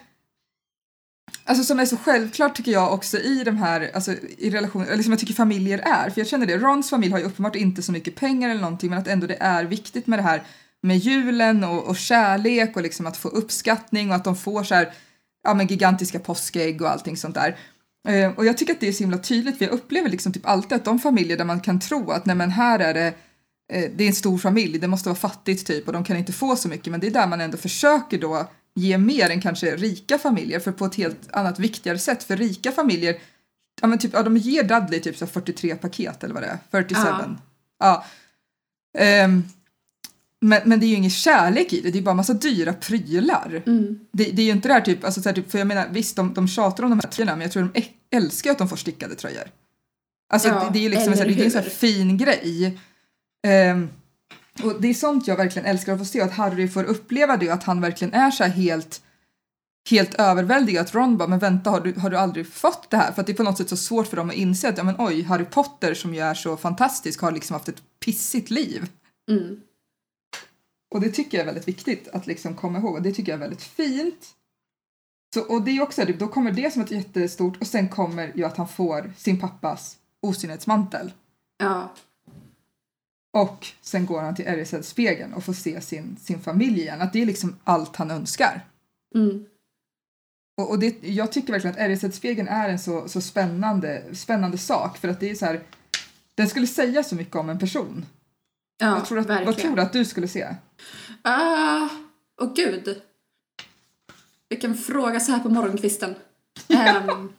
Alltså som är så självklart tycker jag också i de här... Alltså i relationer... Eller som jag tycker familjer är. För jag känner det. Rons familj har ju uppenbart inte så mycket pengar eller någonting. Men att ändå det är viktigt med det här... Med julen och, och kärlek och liksom att få uppskattning. Och att de får så här... Ja men gigantiska påskägg och allting sånt där. Uh, och jag tycker att det är så himla tydligt. För jag upplever liksom typ alltid att de familjer där man kan tro att nej men här är det... Det är en stor familj, det måste vara fattigt typ och de kan inte få så mycket, men det är där man ändå försöker då ge mer än kanske rika familjer för på ett helt annat viktigare sätt. För rika familjer, ja men typ, ja, de ger Dudley typ så fyrtiotre paket eller vad det är, fyrtiosju. Ja. ja. Um, men, men det är ju ingen kärlek i det, det är bara massa dyra prylar. Mm. Det, det är ju inte det här typ, alltså så här, typ, för jag menar visst de, de tjatar om de här tröjorna, men jag tror de älskar att de får stickade tröjor. Alltså ja, det, det är ju liksom så här, det är en sån här fin grej. Um, och det är sånt jag verkligen älskar att få se, att Harry får uppleva det, att han verkligen är så här helt helt överväldigad att Ron bara, men vänta, har du, har du aldrig fått det här? För att det är på något sätt så svårt för dem att inse att, ja men oj, Harry Potter som ju är så fantastisk har liksom haft ett pissigt liv. Mm. Och det tycker jag är väldigt viktigt att liksom komma ihåg. Och det tycker jag är väldigt fint. Så, och det är också, då kommer det som ett jättestort, och sen kommer ju att han får sin pappas osynlighetsmantel. Ja. Och sen går han till Erised-spegeln och får se sin, sin familj igen. Att det är liksom allt han önskar. Mm. Och, och det, jag tycker verkligen att Erised-spegeln är en så, så spännande, spännande sak. För att det är så här, den skulle säga så mycket om en person. Ja, jag tror att, verkligen. vad tror du att du skulle se? Ah, åh uh, gud. Vilken fråga så här på morgonkvisten. um,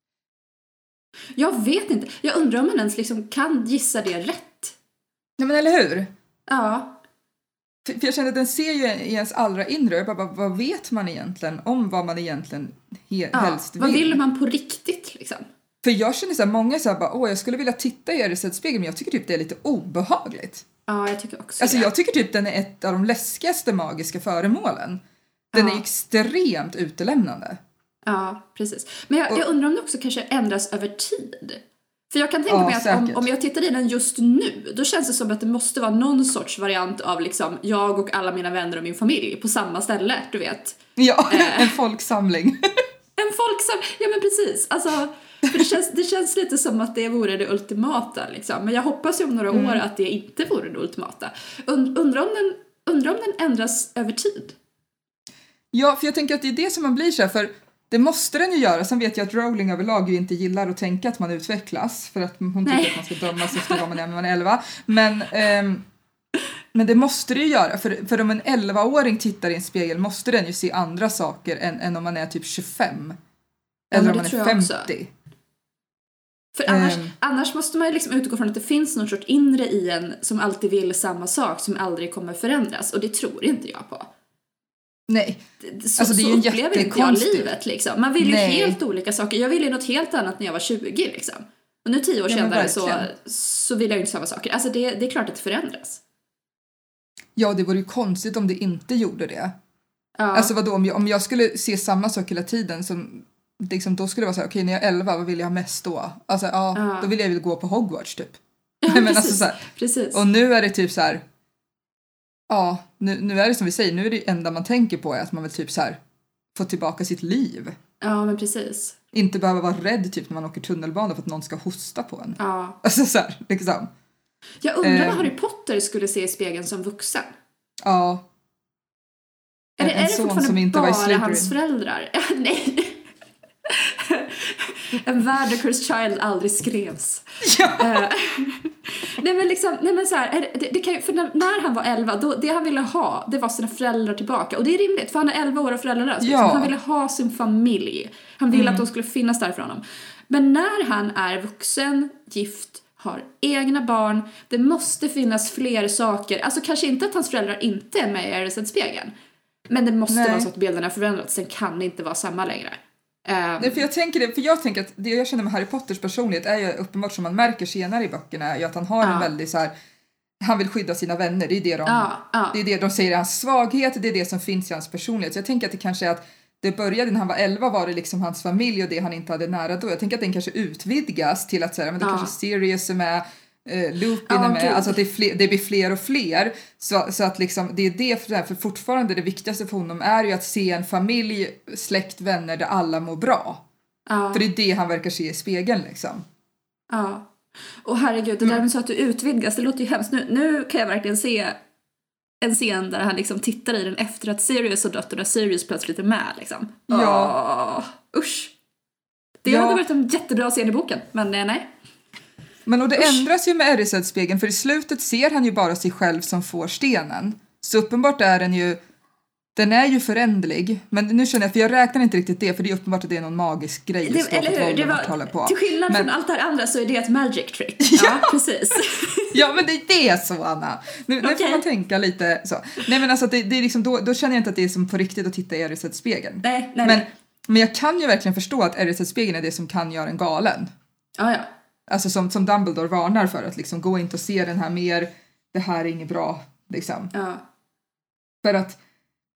jag vet inte. Jag undrar om man ens liksom kan gissa det rätt. Nej men eller hur? Ja. För, för jag känner att den ser ju i ens allra inre. Jag bara, vad vet man egentligen om vad man egentligen he- ja. helst vill? Vad vill man på riktigt liksom? För jag känner så här, många så här bara, åh jag skulle vilja titta i Erised-spegeln, men jag tycker typ det är lite obehagligt. Ja, jag tycker också Alltså det. jag tycker typ den är ett av de läskigaste magiska föremålen. Den ja. är extremt utelämnande. Ja, precis. Men jag, och, jag undrar om det också kanske ändras över tid. För jag kan tänka ja, mig att om, om jag tittar i den just nu, då känns det som att det måste vara någon sorts variant av liksom jag och alla mina vänner och min familj på samma ställe, du vet. Ja, eh, en folksamling. En folksamling, ja men precis. Alltså, för det, känns, det känns lite som att det vore det ultimata liksom. Men jag hoppas ju om några mm. år att det inte vore det ultimata. Und, undrar, om den, undrar om den ändras över tid. Ja, för jag tänker att det är det som man blir så här, för det måste den ju göra. Sen vet jag att Rowling överlag ju inte gillar att tänka att man utvecklas. För att hon tycker Nej. att man ska dömas efter vad man är när man är elva. Men, ehm, men det måste det ju göra. För, för om en elvaåring tittar i en spegel måste den ju se andra saker än, än om man är typ tjugofem. Ja, eller om det man är tror jag också. femtio. För annars, Um, annars måste man ju liksom utgå från att det finns någon sorts inre i en som alltid vill samma sak som aldrig kommer förändras. Och det tror inte jag på. Nej. Så, alltså, det är så ju upplever inte jag jättekonstigt. livet liksom. Man vill ju Nej. helt olika saker. Jag ville ju något helt annat när jag var tjugo liksom. Och nu tio år Ja, men senare så, verkligen. så vill jag ju inte samma saker. Alltså det, det är klart att det förändras. Ja, det vore ju konstigt om det inte gjorde det. Ja. Alltså vadå, om jag, om jag skulle se samma sak hela tiden som, liksom, då skulle det vara så här, okej, när jag är elva, vad vill jag ha mest då? Alltså ja, Ja. då vill jag väl gå på Hogwarts typ. Ja, men precis. alltså, så här, precis. och nu är det typ så här, ja, nu, nu är det som vi säger, nu är det enda man tänker på är att man vill typ så här få tillbaka sitt liv. Ja, men precis. Inte behöva vara rädd typ när man åker tunnelbana för att någon ska hosta på en. Ja. Alltså så här, liksom. Jag undrar Eh. vad Harry Potter skulle se i spegeln som vuxen. Ja. Är det, En är det son fortfarande som inte var i bara Slytherin. hans föräldrar? Nej. En värld där Cursed Child aldrig skrevs. Ja. Eh, nej men liksom, nej men så här, är det, det, det kan ju, för när, när han var elva, då, det han ville ha, det var sina föräldrar tillbaka. Och det är rimligt, för han är elva år och föräldralös. Liksom. Ja. Han ville ha sin familj. Han ville Mm. att de skulle finnas där för honom. Men när han är vuxen, gift, har egna barn, det måste finnas fler saker. Alltså kanske inte att hans föräldrar inte är med i Erised-spegeln. Men det måste Nej. vara så att bilderna förändrats. Sen kan det inte vara samma längre. Um, Nej, för jag tänker det, för jag tänker att det jag känner med Harry Potters personlighet är ju uppenbart som man märker senare i böckerna är ju att han har Ja. en väldigt så här, han vill skydda sina vänner, det är det de, ja, ja. det är det de säger är hans svaghet, det är det som finns i hans personlighet. Så jag tänker att det kanske är att det började när han var elva var det liksom hans familj och det han inte hade nära då. Jag tänker att den kanske utvidgas till att säga men det Ja. kanske Sirius är med, eh, Lupin Ja, är med, gud. alltså att det, är fler, det blir fler och fler. Så, så att liksom, det är det, för, för fortfarande det viktigaste för honom är ju att se en familj, släkt, vänner där alla mår bra. Ja. För det är det han verkar se i spegeln liksom. Ja. Och herregud, det där med så att du utvidgas, det låter ju hemskt. Nu, nu kan jag verkligen se en scen där han liksom tittar i den efter att Sirius och dött och där Sirius plötsligt är med liksom. Ja. Åh, usch. Det Ja. hade varit en jättebra scen i boken, men nej, nej. Men och det Usch. ändras ju med Erised-spegeln för i slutet ser han ju bara sig själv som får stenen. Så uppenbart är den ju, den är ju förändlig. Men nu känner jag, för jag räknar inte riktigt det för det är uppenbart att det är någon magisk grej Det, just då för eller att hur? Det Voldemort håller på. var, till skillnad Men- från allt det här andra så är det ett magic trick. Ja, precis. Ja men det är det så Anna. Nu, nu får Okej. man tänka lite så. Nej men alltså det, det är liksom, då, då känner jag inte att det är som på riktigt att titta i Erised-spegeln. Nej, nej, Men, nej. men jag kan ju verkligen förstå att Erised-spegeln är det som kan göra en galen. Ja, ja. Alltså som, som Dumbledore varnar för att liksom gå inte och se den här mer, det här är inget bra liksom. Ja. För att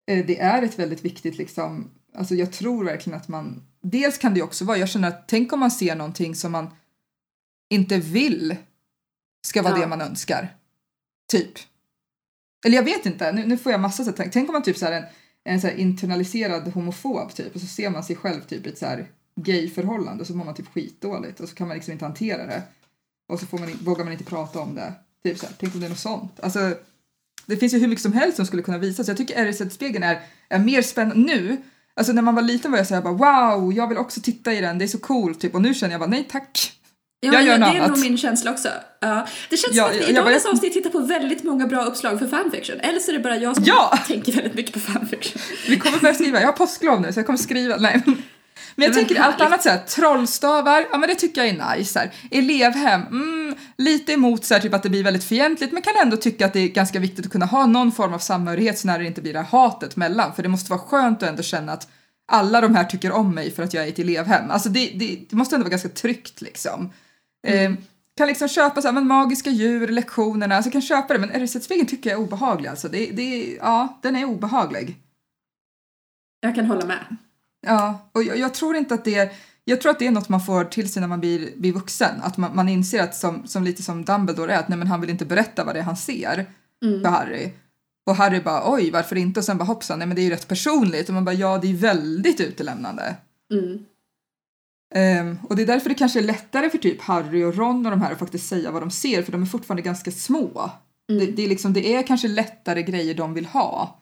eh, det är ett väldigt viktigt liksom, alltså jag tror verkligen att man, dels kan det också vara, jag känner att tänk om man ser någonting som man inte vill ska vara ja. det man önskar. Typ. Eller jag vet inte, nu, nu får jag massa så tänk, tänk om man typ så här en, en så här internaliserad homofob typ, och så ser man sig själv typ i ett så här gay-förhållande och så mår man typ skitdåligt och så kan man liksom inte hantera det. Och så får man, vågar man inte prata om det. Typ så här, tänk om det är något sånt. Alltså, det finns ju hur mycket som helst som skulle kunna visas. Jag tycker R S ett-spegeln är, är mer spännande nu. Alltså när man var liten var jag så här bara, wow, jag vill också titta i den, det är så coolt typ. Och nu känner jag bara, nej tack. Ja, jag gör det är annat. Nog min känsla också. Ja. Det känns ja, som att vi i dagens bara... avsnitt tittar på väldigt många bra uppslag för fanfiction. Eller så är det bara jag som ja! tänker väldigt mycket på fanfiction. Vi kommer börja skriva, jag har påsklov nu så jag kommer skriva, nej. Men jag tänker allt annat så här, trollstavar, ja men det tycker jag är nice här. Elevhem, mm, lite emot så här, typ att det blir väldigt fientligt, men kan ändå tycka att det är ganska viktigt att kunna ha någon form av samhörighet så när det inte blir det här hatet mellan. För det måste vara skönt att ändå känna att alla de här tycker om mig för att jag är ett elevhem. Alltså det, det, det måste ändå vara ganska tryggt liksom. Mm. Eh, kan liksom köpa så här, men magiska djur, lektionerna, alltså kan köpa det, men R S ett-spegeln tycker jag är obehaglig alltså. Det, det, ja, den är obehaglig. Jag kan hålla med. Ja, och jag, jag tror inte att det är, jag tror att det är något man får till sig när man blir, blir vuxen. Att man, man inser att som, som lite som Dumbledore är, att nej, men han vill inte berätta vad det är han ser mm. för Harry. Och Harry bara, oj, varför inte? Och sen bara, hoppsan, nej men det är ju rätt personligt. Och man bara, ja, det är väldigt utelämnande. Mm. Um, och det är därför det kanske är lättare för typ Harry och Ron och de här att faktiskt säga vad de ser, för de är fortfarande ganska små. Mm. Det, det, är liksom, det är kanske lättare grejer de vill ha.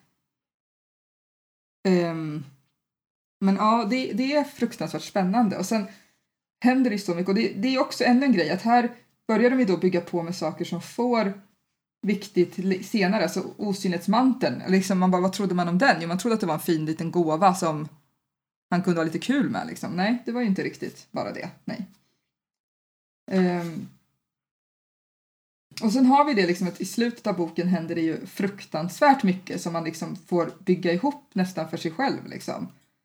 Um, men ja, det, det är fruktansvärt spännande. Och sen händer det så mycket. Och det, det är också ännu en grej att här börjar de då bygga på med saker som får viktigt senare. Alltså osynlighetsmanteln. Liksom man bara, vad trodde man om den? Jo, man trodde att det var en fin liten gåva som han kunde ha lite kul med liksom. Nej, det var ju inte riktigt bara det. Nej. Um, och sen har vi det liksom att i slutet av boken händer det ju fruktansvärt mycket som man liksom får bygga ihop nästan för sig själv liksom.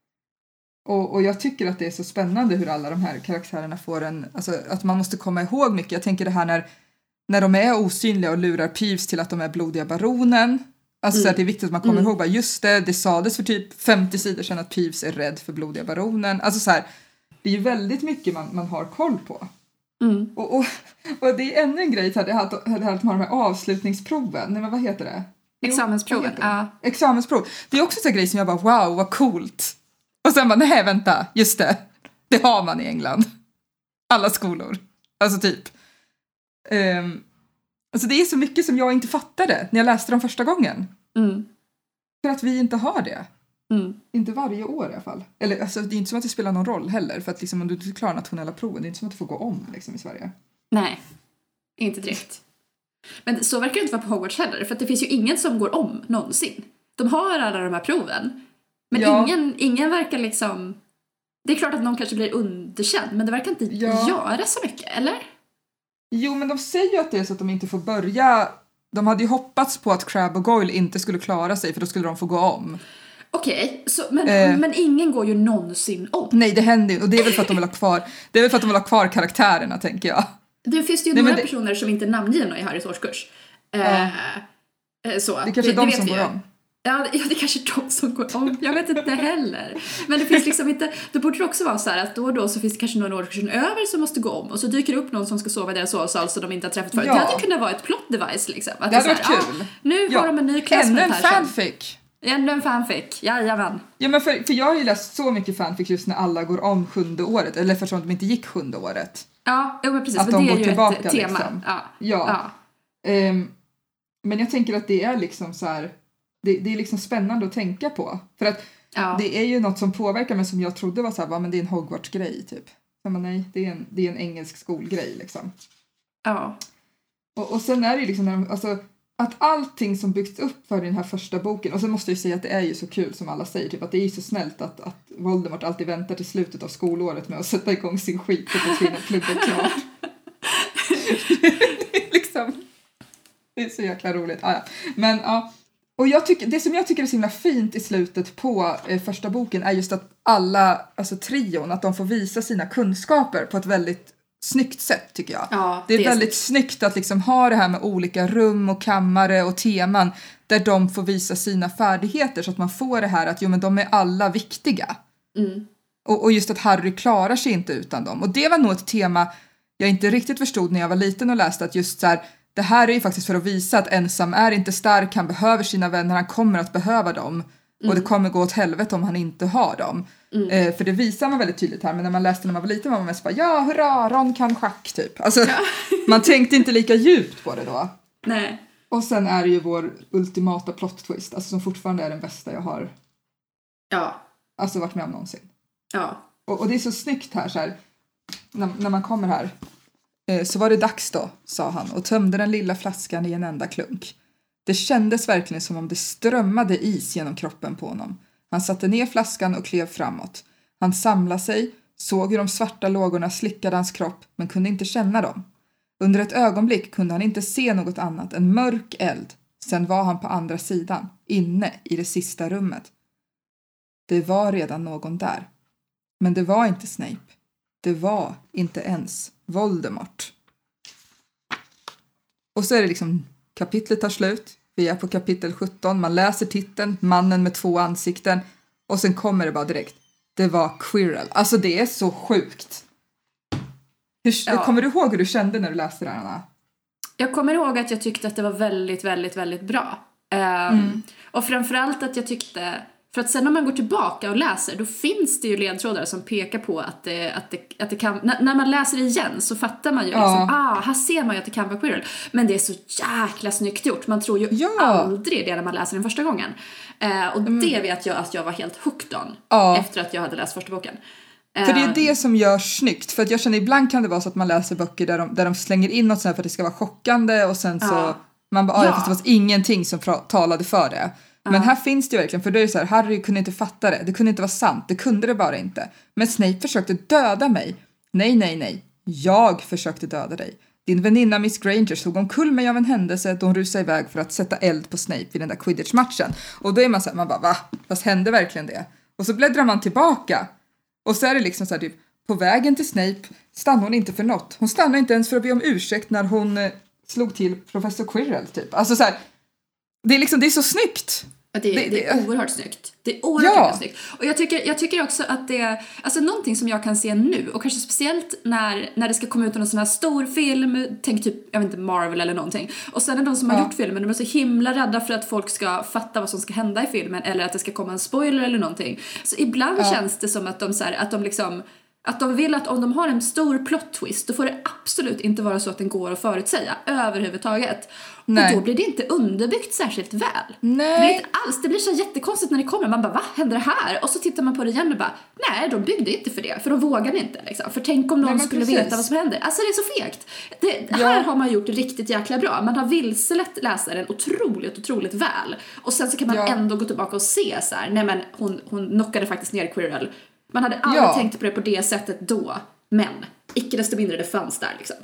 Och, och jag tycker att det är så spännande hur alla de här karaktärerna får en, alltså att man måste komma ihåg mycket. Jag tänker det här när, när de är osynliga och lurar Peeves till att de är blodiga baronen. Alltså mm. så att det är viktigt att man kommer mm. ihåg bara, just det, det sades för typ femtio sidor sedan att Peeves är rädd för blodiga baronen. Alltså så här, det är ju väldigt mycket man, man har koll på. Mm. Och, och, och det är ännu en grej, det här, det här att man har de här avslutningsproven. Nej men vad heter det? Examensproven, ja. Examensprov. Det är också så en grej som jag bara, wow, vad coolt. Och sen bara, nej vänta, just det. Det har man i England. Alla skolor. Alltså typ. Um, alltså det är så mycket som jag inte fattade när jag läste dem första gången. Mm. För att vi inte har det. Mm. Inte varje år i alla fall. Eller alltså, det är inte som att det spelar någon roll heller. För att liksom, om du inte klarar nationella proven, det är inte som att du får gå om liksom, i Sverige. Nej, inte direkt. Men så verkar det inte vara på Hogwarts heller. För att det finns ju ingen som går om någonsin. De har alla de här proven. Men ja. ingen, ingen verkar liksom... Det är klart att någon kanske blir underkänd. Men det verkar inte ja. göra så mycket, eller? Jo, men de säger ju att det är så att de inte får börja... De hade ju hoppats på att Crabbe och Goyle inte skulle klara sig. För då skulle de få gå om. Okej, okay, men, eh, men ingen går ju någonsin om. Nej, det händer ju. Och det är väl för att de vill ha kvar... Det är väl för att de vill ha kvar karaktärerna, tänker jag. Det finns ju Nej, några det... personer som inte är namngivna i Harrys årskurs. Ja. Eh, så. Det är kanske det, de det som går ju. om. Ja, det är kanske de som går om. Jag vet inte heller. Men det finns liksom inte... Då borde det också vara så här att då och då så finns det kanske någon årskursen över som måste gå om. Och så dyker det upp någon som ska sova i deras sovsal så de inte har träffat förut. Ja. Det hade kunnat vara ett plot device liksom. Att det hade varit kul. Ah, nu ja. har de en ny klass. Ännu en fanfic. Ännu en fanfic, jajamän. Ja, men för, för jag har ju läst så mycket fanfic just när alla går om sjunde året. Eller för att de inte gick sjunde året. Ja, jo, men precis. Att men de det är går ju tillbaka, ett tema. Liksom. Ja. Ja. ja. Um, men jag tänker att det är liksom så här... Det, det är liksom spännande att tänka på. För att ja. det är ju något som påverkar mig som jag trodde var så här, va, men det är en Hogwarts-grej typ. Så, men nej, det är en, det är en engelsk skolgrej liksom. Ja. Och, och sen är det liksom, när de, alltså, att allting som byggts upp för den här första boken, och så måste jag ju säga att det är ju så kul som alla säger, typ att det är ju så snällt att, att Voldemort alltid väntar till slutet av skolåret med att sätta igång sin skit för att hinna plugga klart. Det är liksom, det är så jäkla roligt. Ah, ja. Men ja. Och jag tycker, det som jag tycker är så himla fint i slutet på eh, första boken är just att alla, alltså trion, att de får visa sina kunskaper på ett väldigt snyggt sätt tycker jag. Ja, det är, det är väldigt snyggt. snyggt att liksom ha det här med olika rum och kammare och teman där de får visa sina färdigheter så att man får det här att jo, men de är alla viktiga. Mm. Och, och just att Harry klarar sig inte utan dem. Och det var nog ett tema jag inte riktigt förstod när jag var liten och läste, att just så här, det här är ju faktiskt för att visa att ensam är inte stark, han behöver sina vänner, han kommer att behöva dem. Mm. Och det kommer gå åt helvete om han inte har dem. Mm. Eh, för det visar man väldigt tydligt här, men när man läste när man var liten var man mest bara, ja hurra, Ron kan schack typ. Alltså, ja. Man tänkte inte lika djupt på det då. Nej. Och sen är det ju vår ultimata plot twist, alltså som fortfarande är den bästa jag har ja. alltså varit med om någonsin. Ja. Och, och det är så snyggt här, så här när, när man kommer här. Eh, så var det dags då, sa han och tömde den lilla flaskan i en enda klunk. Det kändes verkligen som om det strömmade is genom kroppen på honom. Han satte ner flaskan och klev framåt. Han samlade sig, såg hur de svarta lågorna slickade hans kropp, men kunde inte känna dem. Under ett ögonblick kunde han inte se något annat än mörk eld. Sen var han på andra sidan, inne i det sista rummet. Det var redan någon där. Men det var inte Snape. Det var inte ens Voldemort. Och så är det liksom, kapitlet tar slut. Vi är på kapitel sjutton. Man läser titeln, mannen med två ansikten. Och sen kommer det bara direkt. Det var Quirrell. Alltså det är så sjukt. Hur, ja. Kommer du ihåg hur du kände när du läste det här, Anna? Jag kommer ihåg att jag tyckte att det var väldigt, väldigt, väldigt bra. Um, mm. Och framförallt att jag tyckte... För att sen när man går tillbaka och läser, då finns det ju ledtrådar som pekar på att det, att det, att det kan... När, när man läser igen så fattar man ju liksom, ja. ah, här ser man ju att det kan vara Quirrell. Men det är så jäkla snyggt gjort. Man tror ju ja. aldrig det när man läser den första gången. Uh, och mm. det vet jag att jag var helt hooked on ja. efter att jag hade läst första boken. För det är det som gör snyggt. För att jag känner ibland kan det vara så att man läser böcker där de, där de slänger in något sånt här för att det ska vara chockande. Och sen så, ja. man bara, ja. fast det var ingenting som pra- talade för det. Men ja. Här finns det ju verkligen, för det är så här, Harry kunde inte fatta det. Det kunde inte vara sant, det kunde det bara inte. Men Snape försökte döda mig. Nej, nej, nej. Jag försökte döda dig. Din väninna Miss Granger slog omkull mig av en händelse då hon rusade iväg för att sätta eld på Snape vid den där Quidditch-matchen. Och då är man så här, man bara, va? Fast hände verkligen det? Och så bläddrar man tillbaka. Och så är det liksom så här typ, på vägen till Snape stannar hon inte för något. Hon stannar inte ens för att be om ursäkt när hon eh, slog till professor Quirrell typ. Alltså så här, det är liksom, det är så snyggt. Det, det, det är oerhört snyggt. Det är oerhört ja. snyggt. Och jag tycker, jag tycker också att det är, alltså någonting som jag kan se nu, och kanske speciellt när, när det ska komma ut en sån här stor film, tänk typ, jag vet inte, Marvel eller någonting. Och sen är de som har ja. gjort filmen, de är så himla rädda för att folk ska fatta vad som ska hända i filmen, eller att det ska komma en spoiler eller någonting. Så ibland ja. känns det som att de, så här, att de liksom... Att de vill att om de har en stor plot twist, då får det absolut inte vara så att den går att förutsäga överhuvudtaget. Nej. Och då blir det inte underbyggt särskilt väl. Nej. Det blir inte alls, det blir så jättekonstigt när det kommer. Man bara, vad händer det här? Och så tittar man på det igen och bara, nej, de byggde inte för det. För de vågade inte liksom. För tänk om någon nej, skulle precis. veta vad som händer. Alltså det är så fegt. Det, ja. Här har man gjort riktigt jäkla bra. Man har vilselett läsaren otroligt, otroligt väl. Och sen så kan man ja. ändå gå tillbaka och se så här, nej men hon, hon knockade faktiskt ner Quirrell. Man hade aldrig ja. tänkt på det på det sättet då. Men icke desto mindre det fanns där liksom.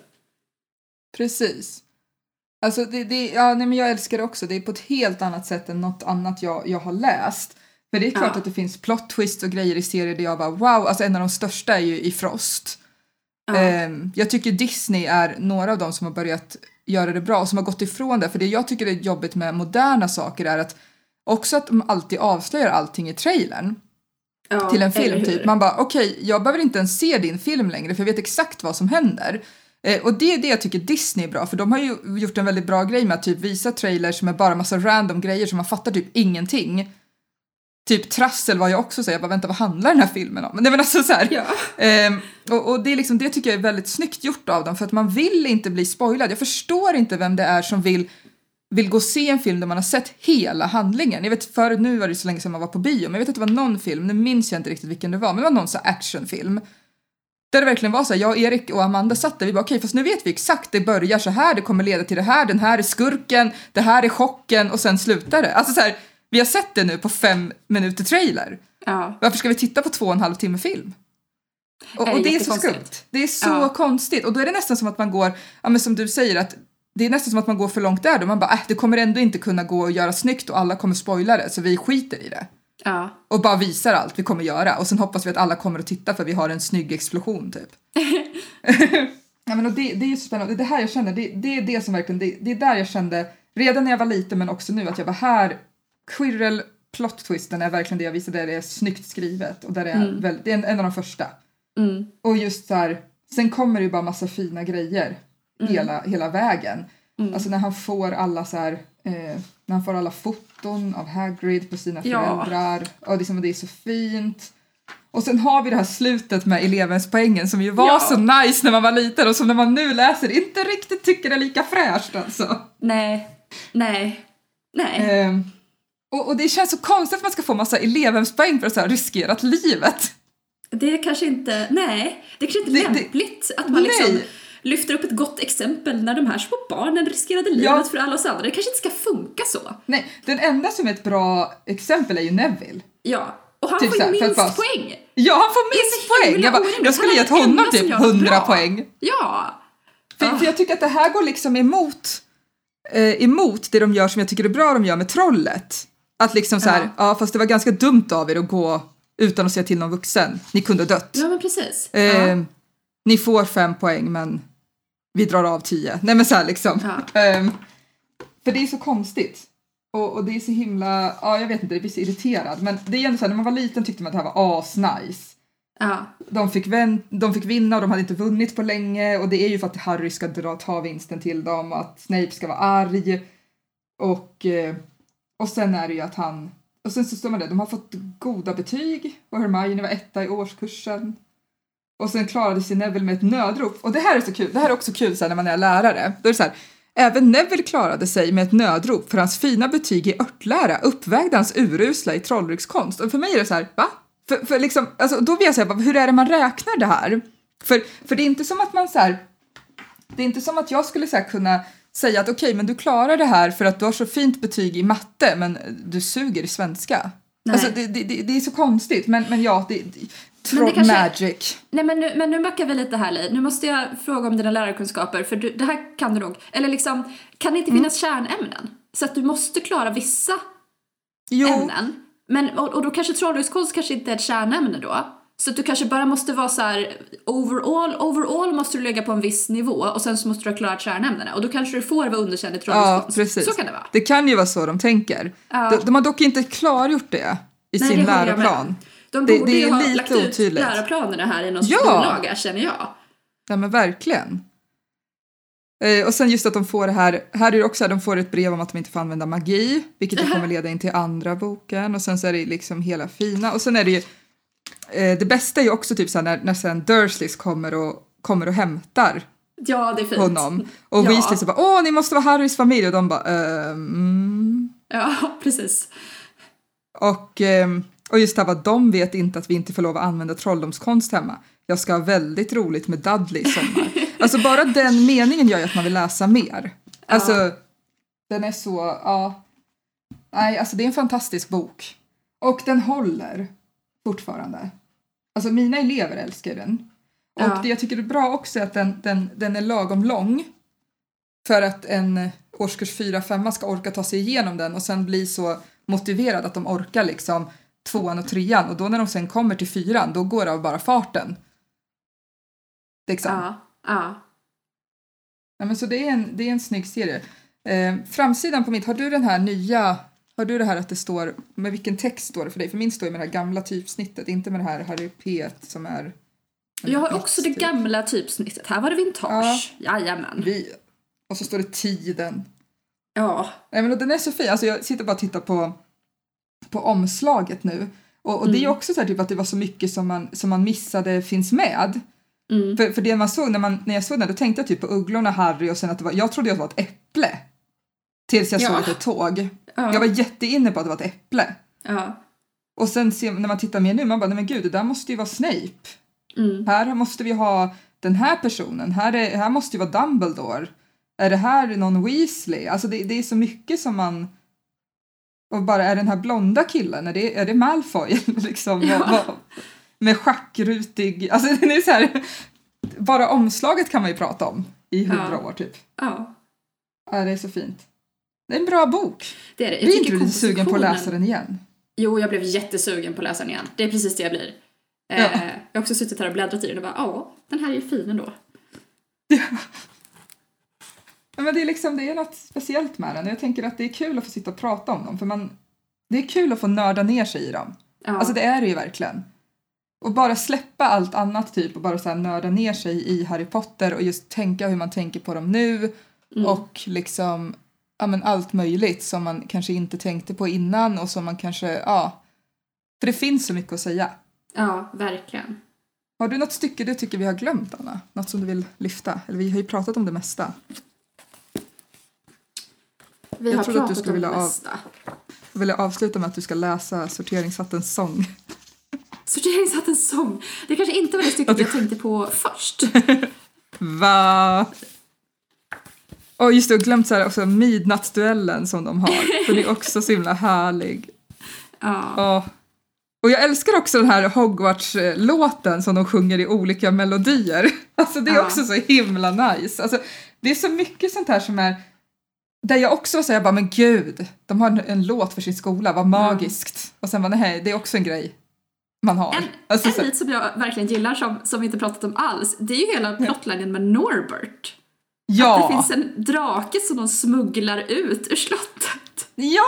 Precis. Alltså det, det, ja, nej, men jag älskar det också. Det är på ett helt annat sätt än något annat jag, jag har läst. För det är klart ja. att det finns plot twist och grejer i serier där jag bara wow. Alltså en av de största är ju i Frost. Ja. Um, jag tycker Disney är några av dem som har börjat göra det bra och som har gått ifrån det. För det jag tycker är jobbigt med moderna saker är att också att de alltid avslöjar allting i trailern. Ja, till en film typ. Man bara, okej, okay, jag behöver inte ens se din film längre för jag vet exakt vad som händer. Eh, och det är det jag tycker Disney är bra, för de har ju gjort en väldigt bra grej med att typ visa trailers med bara massa random grejer som man fattar typ ingenting. Typ Trassel var jag också så jag bara, vänta, vad handlar den här filmen om? Men det var alltså så här. Ja. Eh, och, och det är liksom, det tycker jag är väldigt snyggt gjort av dem, för att man vill inte bli spoilad. Jag förstår inte vem det är som vill vill gå och se en film där man har sett hela handlingen. Jag vet, förut nu var det så länge sedan man var på bio, men jag vet att det var någon film, nu minns jag inte riktigt vilken det var, men det var någon så actionfilm. Där det verkligen var så här, jag, Erik och Amanda satt där, vi bara okej, okay, fast nu vet vi exakt, det börjar så här, det kommer leda till det här, den här är skurken, det här är chocken och sen slutar det. Alltså så här, vi har sett det nu på fem minuter trailer. Ja. Varför ska vi titta på två och en halv timme film? Och, och det är så skumt. Det är så ja. konstigt. Och då är det nästan som att man går, ja men som du säger, att det är nästan som att man går för långt där då. Man bara, äh, det kommer ändå inte kunna gå och göra snyggt och alla kommer spoila det, så vi skiter i det. Ja. Och bara visar allt vi kommer göra. Och sen hoppas vi att alla kommer att titta för vi har en snygg explosion typ. Ja, men och det, det är ju så spännande. Det här jag känner, det, det är det som verkligen, det, det är där jag kände redan när jag var liten men också nu att jag var här, Quirrell plot twisten är verkligen det jag visade, där det är snyggt skrivet och där det är, mm. väl, det är en, en av de första. Mm. Och just där, sen kommer det ju bara massa fina grejer mm. hela, hela vägen. Mm. Alltså när han får alla så här, eh, när han får alla foton av Hagrid på sina föräldrar. Ja. Och liksom, det är så fint. Och sen har vi det här slutet med elevens poängen som ju var ja. så nice när man var liten och som när man nu läser inte riktigt tycker är lika fräscht alltså. Nej, nej, nej. Eh, och, och det känns så konstigt att man ska få massa elevens poäng för att så här riskerat livet. Det är kanske inte, nej, det är kanske inte det, lämpligt det, att man nej. liksom lyfter upp ett gott exempel när de här små barnen riskerade livet ja. för alla oss andra. Det kanske inte ska funka så. Nej, den enda som är ett bra exempel är ju Neville. Ja, och han typ får ju minst bara, poäng. Ja, han får minst poäng. Jag, bara, jag skulle ge honom typ hundra poäng. Ja. För, ah. för jag tycker att det här går liksom emot, eh, emot det de gör som jag tycker är bra de gör med trollet. Att liksom så här, ja. ja fast det var ganska dumt av er att gå utan att säga till någon vuxen. Ni kunde ha dött. Ja, men precis. Eh, ja. Ni får fem poäng, men vi drar av tio. Nej, men så här liksom. Ja. Eh, för det är så konstigt. Och, och det är så himla... Ja, jag vet inte, det blir så irriterad. Men det är ändå så här, när man var liten tyckte man att det här var asnice. Ja. De fick, vän, de fick vinna och de hade inte vunnit på länge. Och det är ju för att Harry ska dra, ta vinsten till dem. Och att Snape ska vara arg. Och, eh, och sen är det ju att han... Och sen så står man där, de har fått goda betyg och Hermione var etta i årskursen. Och sen klarade sig Neville med ett nödrop. Och det här är så kul, det här är också kul så här, när man är lärare. Då är det så här, även Neville klarade sig med ett nödrop för hans fina betyg i örtlära uppvägde hans urusla i trollrikskonst. Och för mig är det så här, va? För, för liksom, alltså, då vill jag säga, hur är det man räknar det här? För, för det är inte som att man så här, det är inte som att jag skulle så här, kunna... säga att okej, okay, men du klarar det här för att du har så fint betyg i matte men du suger i svenska. Nej. Alltså det, det, det är så konstigt, men, men ja, det, det, troll det kanske, magic. Nej, men nu, men nu backar vi lite här, Li. Nu måste jag fråga om dina lärarkunskaper, för du, det här kan du nog. Eller liksom, kan det inte finnas mm. kärnämnen? Så att du måste klara vissa jo. ämnen. Men, och, och då kanske trollrikskonst kanske inte är ett kärnämne då. Så att du kanske bara måste vara så här overall, overall måste du lägga på en viss nivå och sen så måste du ha klarat kärnämnena och då kanske du får vara underkänd i trollrikskonst. Ja, precis. Så kan det vara. Det kan ju vara så de tänker. Ja. De, de har dock inte klargjort det i Nej, sin det läroplan. De borde det, det ju är ha lite lagt otydligt. ut läroplanerna här i någon ja. bilaga, känner jag. Ja, men verkligen. Eh, och sen just att de får det här, här är det också att de får ett brev om att de inte får använda magi, vilket uh-huh. kommer leda in till andra boken och sen så är det liksom hela fina och sen är det ju det bästa är ju också typ så här, när, när sen Dursleys kommer och, kommer och hämtar ja, det är fint. honom. Och ja. Weasley så bara, åh, ni måste vara Harrys familj. Och de bara, ehm... Ja, precis. Och, och just det här, de vet inte att vi inte får lov att använda trolldomskonst hemma. Jag ska ha väldigt roligt med Dudley i sommar. Alltså bara den meningen gör ju att man vill läsa mer. Alltså, ja. Den är så, ja. Nej, alltså det är en fantastisk bok. Och den håller fortfarande. Alltså mina elever älskar den. Och ja. Det jag tycker är bra också är att den, den, den är lagom lång. För att en årskurs fyra fem ska orka ta sig igenom den. Och sen bli så motiverad att de orkar liksom tvåan och trean. Och då när de sen kommer till fyran, då går det av bara farten. Liksom. Ja, ja. Ja, men så det är en, det är en snygg serie. Eh, framsidan på mitt, har du den här nya... Har du det här att det står, med vilken text står det för dig? För min står ju med det här gamla typsnittet, inte med det här Harry P som är... Jag har också det typ. gamla typsnittet. Här var det vintage. Ja. Jajamän. Vi, och så står det tiden. Ja. Nej, men den är så fin. Alltså jag sitter bara och tittar på, på omslaget nu. Och, och mm. det är också så här typ att det var så mycket som man, som man missade finns med. Mm. För, för det man såg, när, man, när jag såg den, då tänkte jag typ på ugglorna Harry och sen att det var, jag trodde att det var ett äpple. Tills jag ja. såg ett tåg. Ja. Jag var jätteinne på att det var ett äpple. Ja. Och sen se, när man tittar mer nu, man bara, nej men gud, det där måste ju vara Snape. Mm. Här måste vi ha den här personen. Här, är, här måste ju vara Dumbledore. Är det här någon Weasley? Alltså det, det är så mycket som man... Och bara, är den här blonda killen? Är det, är det Malfoy? liksom, ja. vad, vad, med schackrutig... Alltså det är så här... Bara omslaget kan man ju prata om i hundra ja. år typ. Ja. Ja, det är så fint. Det är en bra bok. Det är det. Jag blir inte du lite sugen på att läsa den igen? Jo, jag blev jättesugen på att läsa den igen. Det är precis det jag blir. Ja. Eh, jag har också suttit här och bläddrat i den och bara, ja, den här är ju fin ändå. Ja. Men det är liksom, det är något speciellt med den. Jag tänker att det är kul att få sitta och prata om dem. För man, det är kul att få nörda ner sig i dem. Ja. Alltså det är det ju verkligen. Och bara släppa allt annat typ. Och bara så här nörda ner sig i Harry Potter. Och just tänka hur man tänker på dem nu. Mm. Och liksom, ja men allt möjligt som man kanske inte tänkte på innan. Och som man kanske, ja. För det finns så mycket att säga. Ja, verkligen. Har du något stycke du tycker vi har glömt, Anna? Något som du vill lyfta? Eller vi har ju pratat om det mesta. Vi jag har trodde pratat att du skulle om vilja det av... mesta. Jag ville avsluta med att du ska läsa Sorteringshattens sång. Sorteringshattens sång? Det kanske inte var det stycket du... jag tänkte på först. Va? Och just det, jag glömt så här också midnattsduellen som de har. För det är också så himla härlig. Ja. Och, och jag älskar också den här Hogwarts-låten som de sjunger i olika melodier. Alltså det är ja. också så himla nice. Alltså det är så mycket sånt här som är... Där jag också säger bara, men gud, de har en, en låt för sin skola, vad magiskt. Mm. Och sen bara, nej, det är också en grej man har. En, alltså, en bit som jag verkligen gillar, som, som vi inte pratat om alls, det är ju hela plotlinjen med Norbert. Ja. Att det finns en drake som de smugglar ut ur slottet. Ja!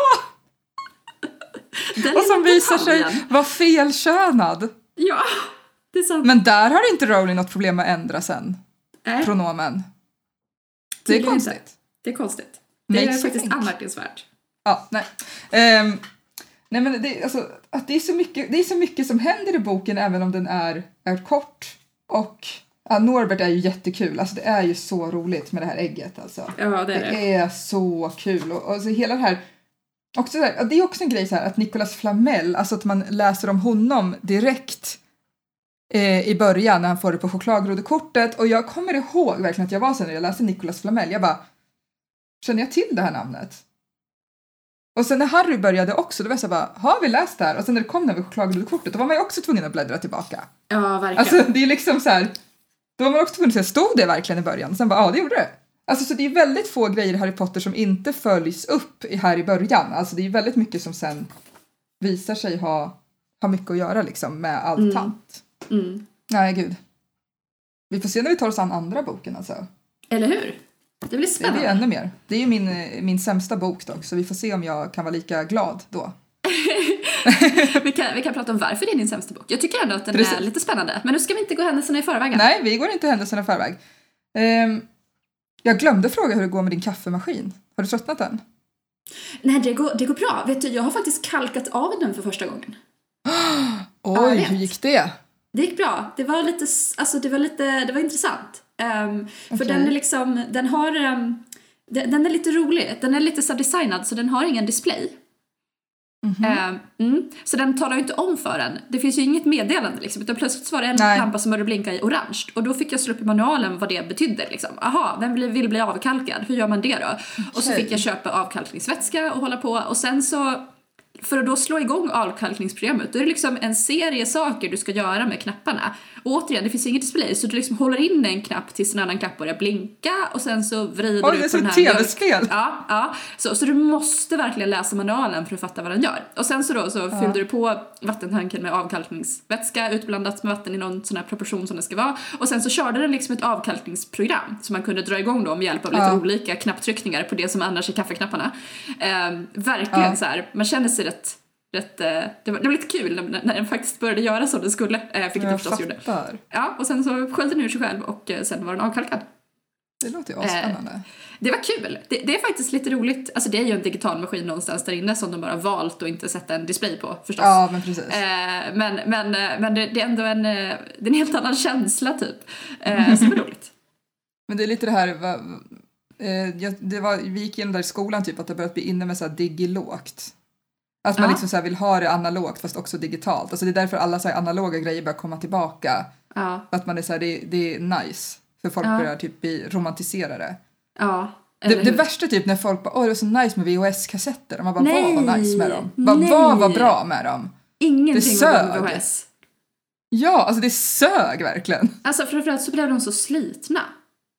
Och som visar sig vara felkönad. Ja, det är sant. Men där har inte Rowling något problem med att ändra sen. Äh. Pronomen. Det är konstigt. Inte. Det är konstigt. Det Makes är faktiskt anmärkningsvärt. Ja, nej. Um, nej men det, alltså, att det, är så mycket, det är så mycket som händer i boken även om den är, är kort. Och ja, Norbert är ju jättekul. Alltså det är ju så roligt med det här ägget. Alltså. Ja, det är det. Det är så kul. Och, och alltså, hela det här... Också där, det är också en grej så här, att Nicolas Flamel, alltså att man läser om honom direkt eh, i början när han får det på chokladgrodekortet. Och jag kommer ihåg verkligen att jag var så när jag läste Nicolas Flamel. Jag bara... Känner jag till det här namnet? Och sen när Harry började också, då var jag så bara, har vi läst det här? Och sen när det kom när vi chokladgrodekortet, då var man ju också tvungen att bläddra tillbaka. Ja, verkligen. Alltså det är liksom så här, då var man också tvungen att säga, stod det verkligen i början? Och sen bara, ja det gjorde det. Alltså så det är väldigt få grejer i Harry Potter som inte följs upp i här i början. Alltså det är väldigt mycket som sen visar sig ha, ha mycket att göra liksom med allt mm. tant. Mm. Nej, gud. Vi får se när vi tar oss an andra boken alltså. Eller hur? Det blir spännande. Det blir ännu mer. Det är ju min, min sämsta bok dock, så vi får se om jag kan vara lika glad då. vi, kan, vi kan prata om varför det är din sämsta bok. Jag tycker ändå att den Precis. är lite spännande. Men nu ska vi inte gå händelserna i förväg. Nej, vi går inte händelserna i förväg. Um, jag glömde fråga hur det går med din kaffemaskin. Har du tröttnat den? Nej, det går, det går bra. Vet du, jag har faktiskt kalkat av den för första gången. Oj, hur gick det? Det gick bra. Det var lite, alltså det var lite, det var intressant. Um, för okay. den är liksom, den har, um, den, den är lite rolig. Den är lite så designad så den har ingen display. Mm-hmm. Um, mm, så den talar ju inte om för en. Det finns ju inget meddelande liksom. Utan plötsligt var det en Nej. lampa som började blinka i orange. Och då fick jag slå upp i manualen vad det betydde liksom. Aha, den vill, vill bli avkalkad. Hur gör man det då? Okay. Och så fick jag köpa avkalkningsvätska och hålla på. Och sen så, för att då slå igång avkalkningsprogrammet, då är det liksom en serie saker du ska göra med knapparna. Och återigen, det finns inget display, så du liksom håller in en knapp tills en annan knapp börjar blinka och sen så vrider Oj, du på den här... tv-spel! Ja, ja. Så, så du måste verkligen läsa manualen för att fatta vad den gör. Och sen så då så ja. fyllde du på vattentanken med avkalkningsvätska utblandat med vatten i någon sån här proportion som det ska vara. Och sen så körde den liksom ett avkalkningsprogram som man kunde dra igång då med hjälp av lite ja. olika knapptryckningar på det som annars är kaffeknapparna. Ehm, verkligen ja. så här, man känner sig rätt... Rätt, det, var, det var lite kul när, när den faktiskt började göra som den skulle, eh, vilket jag förstås gjorde. Ja, och sen så sköljde den ur sig själv och eh, sen var den avkalkad. Det låter ju avspännande. Eh, det var kul. Det, det är faktiskt lite roligt. Alltså det är ju en digital maskin någonstans där inne som de bara har valt att inte sätta en display på, förstås. Ja, men precis. Eh, men men, men det, det är ändå en, det är en helt annan känsla typ. Eh, så det var roligt. Men det är lite det här... Va, eh, det var, vi gick igenom där i skolan typ att det börjat bli inne med så här digilågt. Att man ja. liksom så här vill ha det analogt fast också digitalt. Alltså det är därför alla så här analoga grejer börjar komma tillbaka. Ja. Att man är så här, det, det är nice. För folk ja. börjar typ bli romantiserade. Ja. Det, det värsta typ när folk bara, åh det är så nice med V H S-kassetter. Och man bara, Nej. vad var nice med dem? Bara, vad var bra med dem? Ingenting det sög. var V H S. Ja, alltså det sög verkligen. Alltså framförallt så blev de så slitna.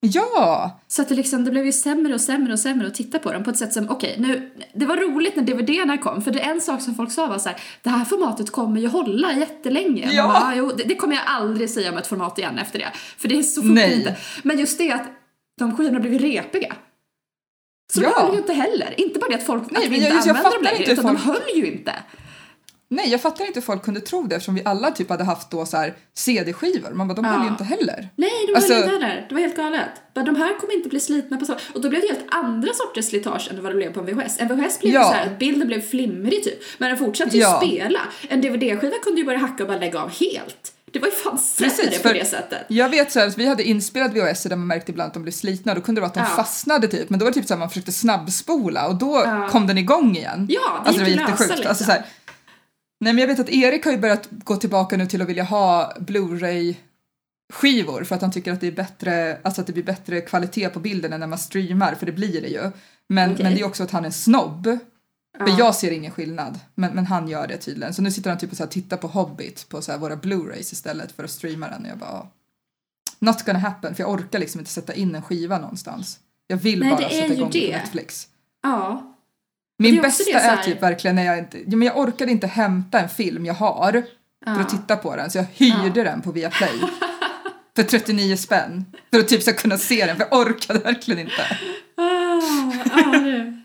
Ja! Så att det, liksom, det blev ju sämre och sämre och sämre att titta på dem på ett sätt som, okej, okay, nu, det var roligt när D V D-erna kom, för det är en sak som folk sa var så här: det här formatet kommer ju hålla jättelänge. Ja. Bara, jo, det, det kommer jag aldrig säga om ett format igen efter det, för det är så funkar inte. Men just det att de skivorna blev repiga. Så ja. De höll ju inte heller. Inte bara det att folk Nej, att vi inte jag, använder jag dem längre, utan folk... de höll ju inte. Nej, jag fattar inte hur folk kunde tro det, eftersom vi alla typ hade haft då så här C D-skivor. Man bara, de ja. höll ju inte heller. Nej, de alltså... höll inte heller. Det var helt galet. Men de här kommer inte bli slitna på så. Och då blev det helt andra sorters slitage än vad det blev på en V H S. En V H S blev ja. så här att bilden blev flimrig typ. Men den fortsatte ju ja. spela. En D V D-skiva kunde ju bara hacka och bara lägga av helt. Det var ju fan sämre på det sättet. Jag vet så här att vi hade inspelat V H S där man märkte ibland att de blev slitna. Då kunde det vara att de ja. fastnade typ. Men då var det typ så här man försökte snabbspola. Och då ja. kom den igång igen. Ja, det alltså, gick det var jättesjukt. Liksom. Alltså, så här, nej, men jag vet att Erik har ju börjat gå tillbaka nu till att vilja ha Blu-ray skivor för att han tycker att det är bättre, alltså att det blir bättre kvalitet på bilden än när man streamar, för det blir det ju. Men, okay. men det är också att han är snobb. Ja. För jag ser ingen skillnad, men, men han gör det tydligen. Så nu sitter han typ och så här, tittar på Hobbit på så här, våra Blu-rays istället för att streama den. Och jag bara, not gonna happen, för jag orkar liksom inte sätta in en skiva någonstans. Jag vill Nej, bara sätta igång det på Netflix. Ja. Min bästa är typ verkligen när jag inte, ja, men jag orkade inte hämta en film jag har ja. för att titta på den, så jag hyrde ja. den på Viaplay för trettionio spänn för att typ så kunna se den, för jag orkade verkligen inte. Ah, ah, det.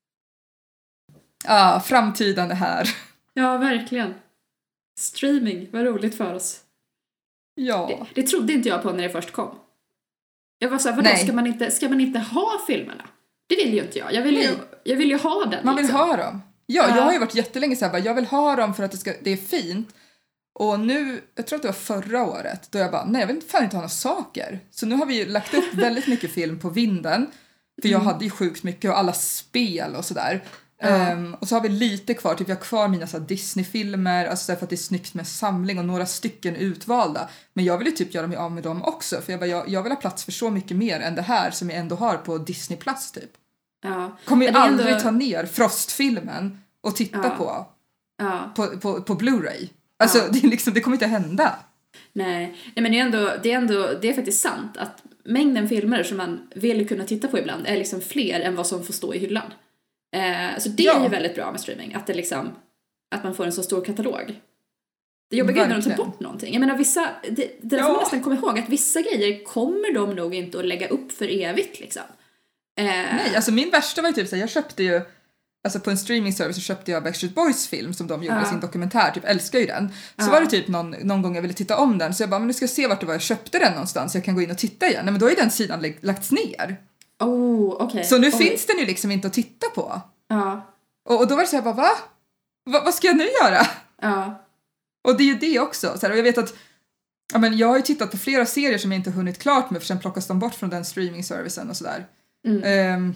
Ja, framtiden är här. Ja, verkligen. Streaming, vad roligt för oss. Ja. Det, det trodde inte jag på när det först kom. Jag var så här, vadå, ska man inte, ska man inte ha filmerna? Det vill ju inte jag. Jag vill ju, jag vill ju ha den. Man vill liksom. ha dem. Ja, ja, jag har ju varit jättelänge så här, bara, jag vill ha dem för att det, ska, det är fint. Och nu, jag tror att det var förra året, då jag bara, nej jag vill fan inte ha några saker. Så nu har vi ju lagt upp väldigt mycket film på vinden. För jag mm. hade ju sjukt mycket och alla spel och sådär. Ja. Um, och så har vi lite kvar, typ jag har kvar mina så här Disney-filmer, alltså för att det är snyggt med samling och några stycken utvalda. Men jag vill ju typ göra mig av med dem också, för jag, bara, jag, jag vill ha plats för så mycket mer än det här som jag ändå har på Disney Plus typ. Ja. Kommer ju aldrig ändå... ta ner Frost-filmen och titta ja. på, ja. på, på, på Blu-ray. Alltså ja. det, är liksom, det kommer inte hända. Nej, Nej men det är, ändå, det, är ändå, det är faktiskt sant att mängden filmer som man vill kunna titta på ibland är liksom fler än vad som får stå i hyllan. Eh, så det ja. är ju väldigt bra med streaming, att, det liksom, att man får en så stor katalog. Det jobbiga är när de tar bort någonting. Jag menar, vissa, det, det ja. får man nästan komma ihåg att vissa grejer kommer de nog inte att lägga upp för evigt liksom. Eh, Nej, alltså min värsta var ju typ så här, jag köpte ju, alltså på en streaming service så köpte jag Backstreet Boys film som de gjorde ja. sin dokumentär, typ älskar ju den. Så ja. var det typ någon, någon gång jag ville titta om den, så jag bara, men nu ska jag se vart det var jag köpte den någonstans, så jag kan gå in och titta igen. Nej, men då är den sidan lag, lagts ner. Oh, okay. Så nu okay. finns den ju liksom inte att titta på. Ja. Och, och då var det så här, bara, va? va? Vad ska jag nu göra? Ja. Och det är ju det också. Så här, och jag vet att ja, men jag har ju tittat på flera serier som jag inte hunnit klart med, för sen plockas de bort från den streaming-servicen och sådär. Mm. Um,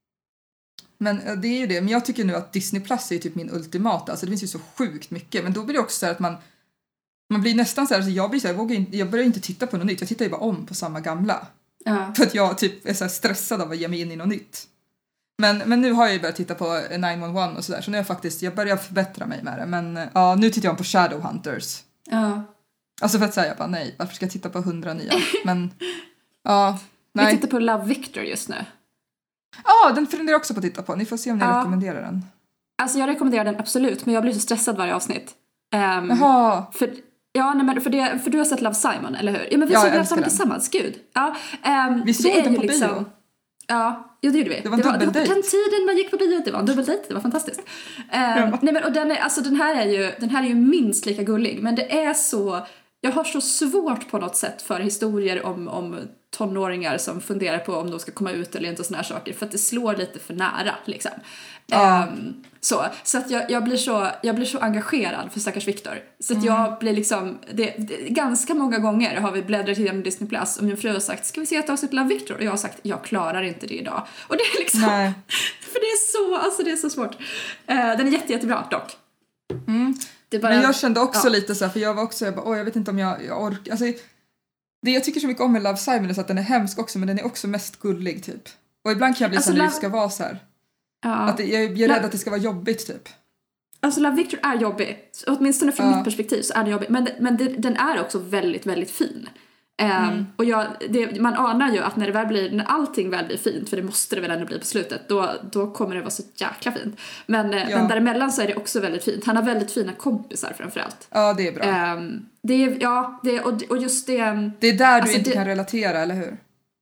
men det är ju det. Men jag tycker nu att Disney Plus är typ min ultimata. Alltså det finns ju så sjukt mycket. Men då blir det också så här att man man blir nästan så här, alltså jag blir så här, jag, vågar inte, jag börjar inte titta på något nytt. Jag tittar ju bara om på samma gamla. Ja. För att jag typ är så här stressad av att ge mig in i något nytt. Men, men nu har jag ju börjat titta på nio ett ett och sådär. Så nu har jag faktiskt, jag börjar förbättra mig med det. Men ja, nu tittar jag på Shadowhunters. Ja. Alltså för att säga, jag bara nej, varför ska jag titta på hundra nya? Men ja, nej. Vi tittar på Love Victor just nu. Ja, den funderar jag också på att titta på. Ni får se om ni ja. rekommenderar den. Alltså jag rekommenderar den absolut, men jag blir så stressad varje avsnitt. Um, Jaha. För, ja, nej, men för, det, för du har sett Love Simon, eller hur? Ja, men vi ja, såg Love Simon tillsammans, gud. Ja, um, vi såg den på liksom, bio. Ja, jo, det gjorde vi. Det var en det var, det var dubbeldejt. Den tiden man gick på bio, det var en dubbeldejt, det var fantastiskt. Um, ja. Nej, men och den, är, alltså, den, här är ju, den här är ju minst lika gullig, men det är så... Jag har så svårt på något sätt för historier om, om tonåringar som funderar på om de ska komma ut eller inte och såna här saker, för att det slår lite för nära liksom. Ja. Um, så så att jag, jag, blir så, jag blir så engagerad för stackars Victor. Så att jag mm. blir liksom, det, det, ganska många gånger har vi bläddrat igenom Disney Plus och min fru har sagt, ska vi se ett avsnitt Love Victor? Och jag har sagt, jag klarar inte det idag. Och det är liksom, Nej. för det är så, alltså det är så svårt. Uh, den är jätte, jättebra dock. Mm. Bara, men jag kände också ja. lite så här, för jag var också, jag bara, åh jag vet inte om jag, jag orkar, alltså det jag tycker så mycket om med Love Simon är så att den är hemsk också, men den är också mest gullig typ. Och ibland kan jag bli alltså, så när Love... det ska vara så här. Ja. Att det, jag är rädd Love... att det ska vara jobbigt typ. Alltså Love Victor är jobbig, åtminstone från ja. mitt perspektiv så är den jobbig, men, men det, den är också väldigt, väldigt fin. Um, Mm. och jag, det, man anar ju att när, det väl blir, när allting väl blir fint, för det måste det väl ändå bli på slutet, då, då kommer det vara så jäkla fint. Men, Ja. men däremellan så är det också väldigt fint. Han har väldigt fina kompisar framförallt. Ja, det är bra. Um, det är, ja, det, och, och just det... Um, det är där du alltså inte det... kan relatera, eller hur?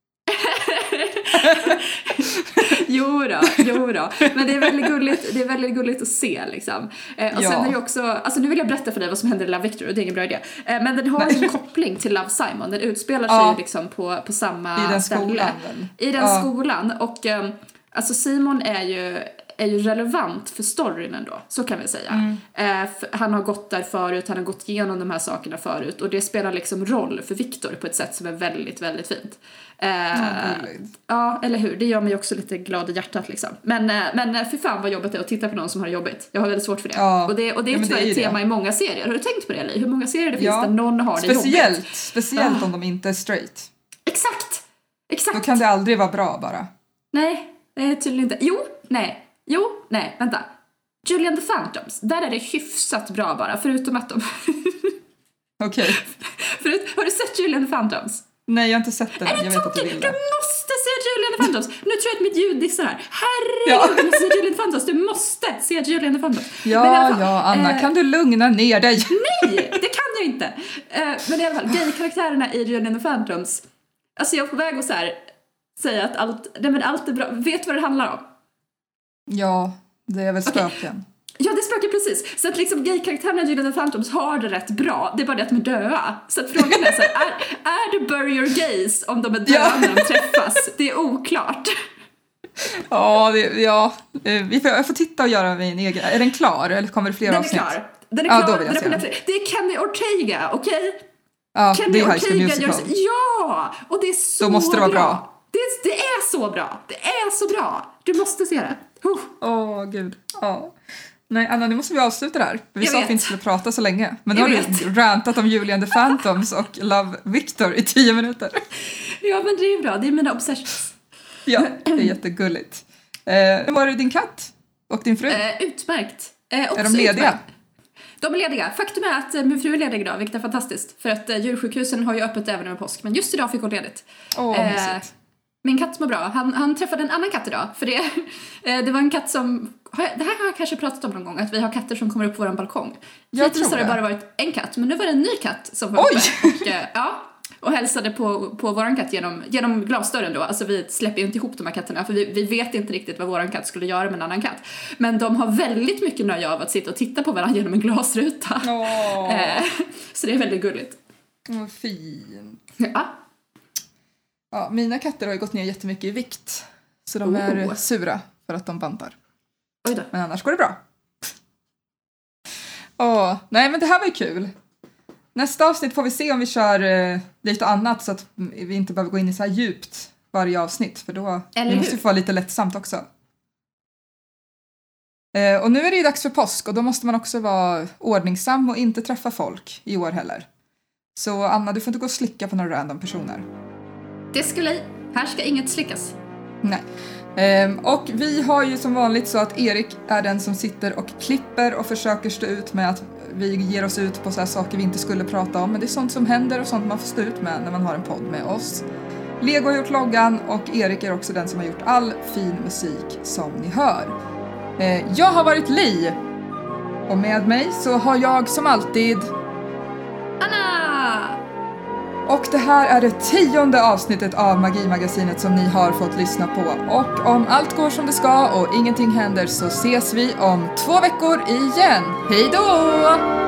jo då, jo då. Men det är väldigt gulligt, det är väldigt gulligt att se liksom. Eh, och Ja. sen är det också, alltså nu vill jag berätta för dig vad som händer i Love Victor, och det är ingen bra idé. Eh, men den har ju en koppling till Love Simon. Den utspelar sig Ja. ju liksom på, på samma I den ställe. skolan väl? I den Ja. skolan. Och eh, alltså Simon är ju är ju relevant för storyn ändå, så kan vi säga. Mm. Eh, för han har gått där förut, han har gått igenom de här sakerna förut, och det spelar liksom roll för Victor på ett sätt som är väldigt, väldigt fint. Eh, Ja, ja, eller hur? Det gör mig också lite glad i hjärtat liksom. Men, eh, men för fan vad jobbigt det är att titta på någon som har jobbigt. Jag har väldigt svårt för det. Ja. Och det, och det är Ja, men tyvärr det är ett ju tema det. i många serier. Har du tänkt på det, Li? Hur många serier det finns Ja. där någon har det Speciellt, jobbigt? speciellt Ah. om de inte är straight. Exakt! Exakt! Då kan det aldrig vara bra bara. Nej, det är tydligen inte. Jo, nej. Jo, nej, vänta. Julian the Phantoms, där är det hyfsat bra bara, förutom att de... Okej. Förut, har du sett Julian the Phantoms? Nej, jag har inte sett den. Är det Jag vet att du tokigt? vill Du det. måste se Julian the Phantoms. Nu tror jag att mitt ljud dissar här. Herregud, Ja. du måste se Julian the Phantoms. Du måste se Julian the Phantoms. Men i alla Ja, fall, ja, Anna, eh, kan du lugna ner dig? Nej, det kan jag inte. Eh, men i alla fall, gay-karaktärerna i Julian the Phantoms. Alltså jag är på väg att så här, säga att allt, nej, men allt är bra. Vet du vad det handlar om? Ja, det är väl Okej. spöken. Ja, det spökar precis. Så att liksom gay-karaktärerna i Julian the Phantoms har det rätt bra. Det är bara det att de är döda. Så att frågan är så här, är, är det bury your gays om de är döda Ja. när de träffas? Det är oklart. Ja, det, ja. Eh, vi får, jag får titta och göra min egen. Är den klar eller kommer det fler Den är avsnitt? klar. Den är Ja, klar. då vill jag Den är på se den. Netflix. Det är Kenny Ortega, okej? Ja, Kenny det är High School Ortega Musical. gör... Ja! Och det är så Då måste det vara bra. bra. Det, det är så bra. Det är så bra. Du måste se det. Huh. Åh, gud. Ja. Nej, Anna, nu måste vi avsluta det här. Vi Jag sa att vet. vi inte skulle prata så länge. Men nu Jag har vet. du rantat om Julian the Phantoms och Love Victor i tio minuter. Ja, men det är bra. Det är mina obsessions. Ja, det är jättegulligt. Eh, hur var det din katt och din fru? Eh, utmärkt. Eh, också är de lediga? Utmärkt. De är lediga. Faktum är att eh, min fru är ledig idag, vilket är fantastiskt. För att eh, djursjukhusen har ju öppet även över påsk. Men just idag fick hon ledigt. Åh, Eh, mysigt. Min katt mår bra. Han, han träffade en annan katt idag. För det, eh, det var en katt som... har jag- Det här har jag kanske pratat om någon gång. Att vi har katter som kommer upp på vår balkong. Jag Hittills tror har det det. bara varit en katt. Men nu var det en ny katt som var Oj! uppe. Och, eh, ja, och hälsade på, på våran katt genom, genom glasdörren då. Alltså vi släpper ju inte ihop de här katterna. För vi, vi vet inte riktigt vad våran katt skulle göra med en annan katt. Men de har väldigt mycket nöje av att sitta och titta på varandra genom en glasruta. Åh, Eh, så det är väldigt gulligt. vad fint. Ja. Ja, mina katter har ju gått ner jättemycket i vikt. Så de Oh. är sura för att de bantar. Oj då. Men annars går det bra. Åh, nej men det här var ju kul. Nästa avsnitt får vi se om vi kör eh, lite annat så att vi inte behöver gå in i så här djupt varje avsnitt. För då Eller det måste hur? ju få vara lite lättsamt också. Eh, och nu är det ju dags för påsk och då måste man också vara ordningsam och inte träffa folk i år heller. Så Anna, du får inte gå och slicka på några random personer. Det skulle i. Här ska inget slickas. Nej. Ehm, och vi har ju som vanligt så att Erik är den som sitter och klipper och försöker stå ut med att vi ger oss ut på så här saker vi inte skulle prata om. Men det är sånt som händer och sånt man får stå ut med när man har en podd med oss. Lego har gjort loggan och Erik är också den som har gjort all fin musik som ni hör. Ehm, jag har varit Li. Och med mig så har jag som alltid... Anna! Och det här är det tionde avsnittet av Magimagasinet som ni har fått lyssna på. Och om allt går som det ska och ingenting händer så ses vi om två veckor igen. Hej då!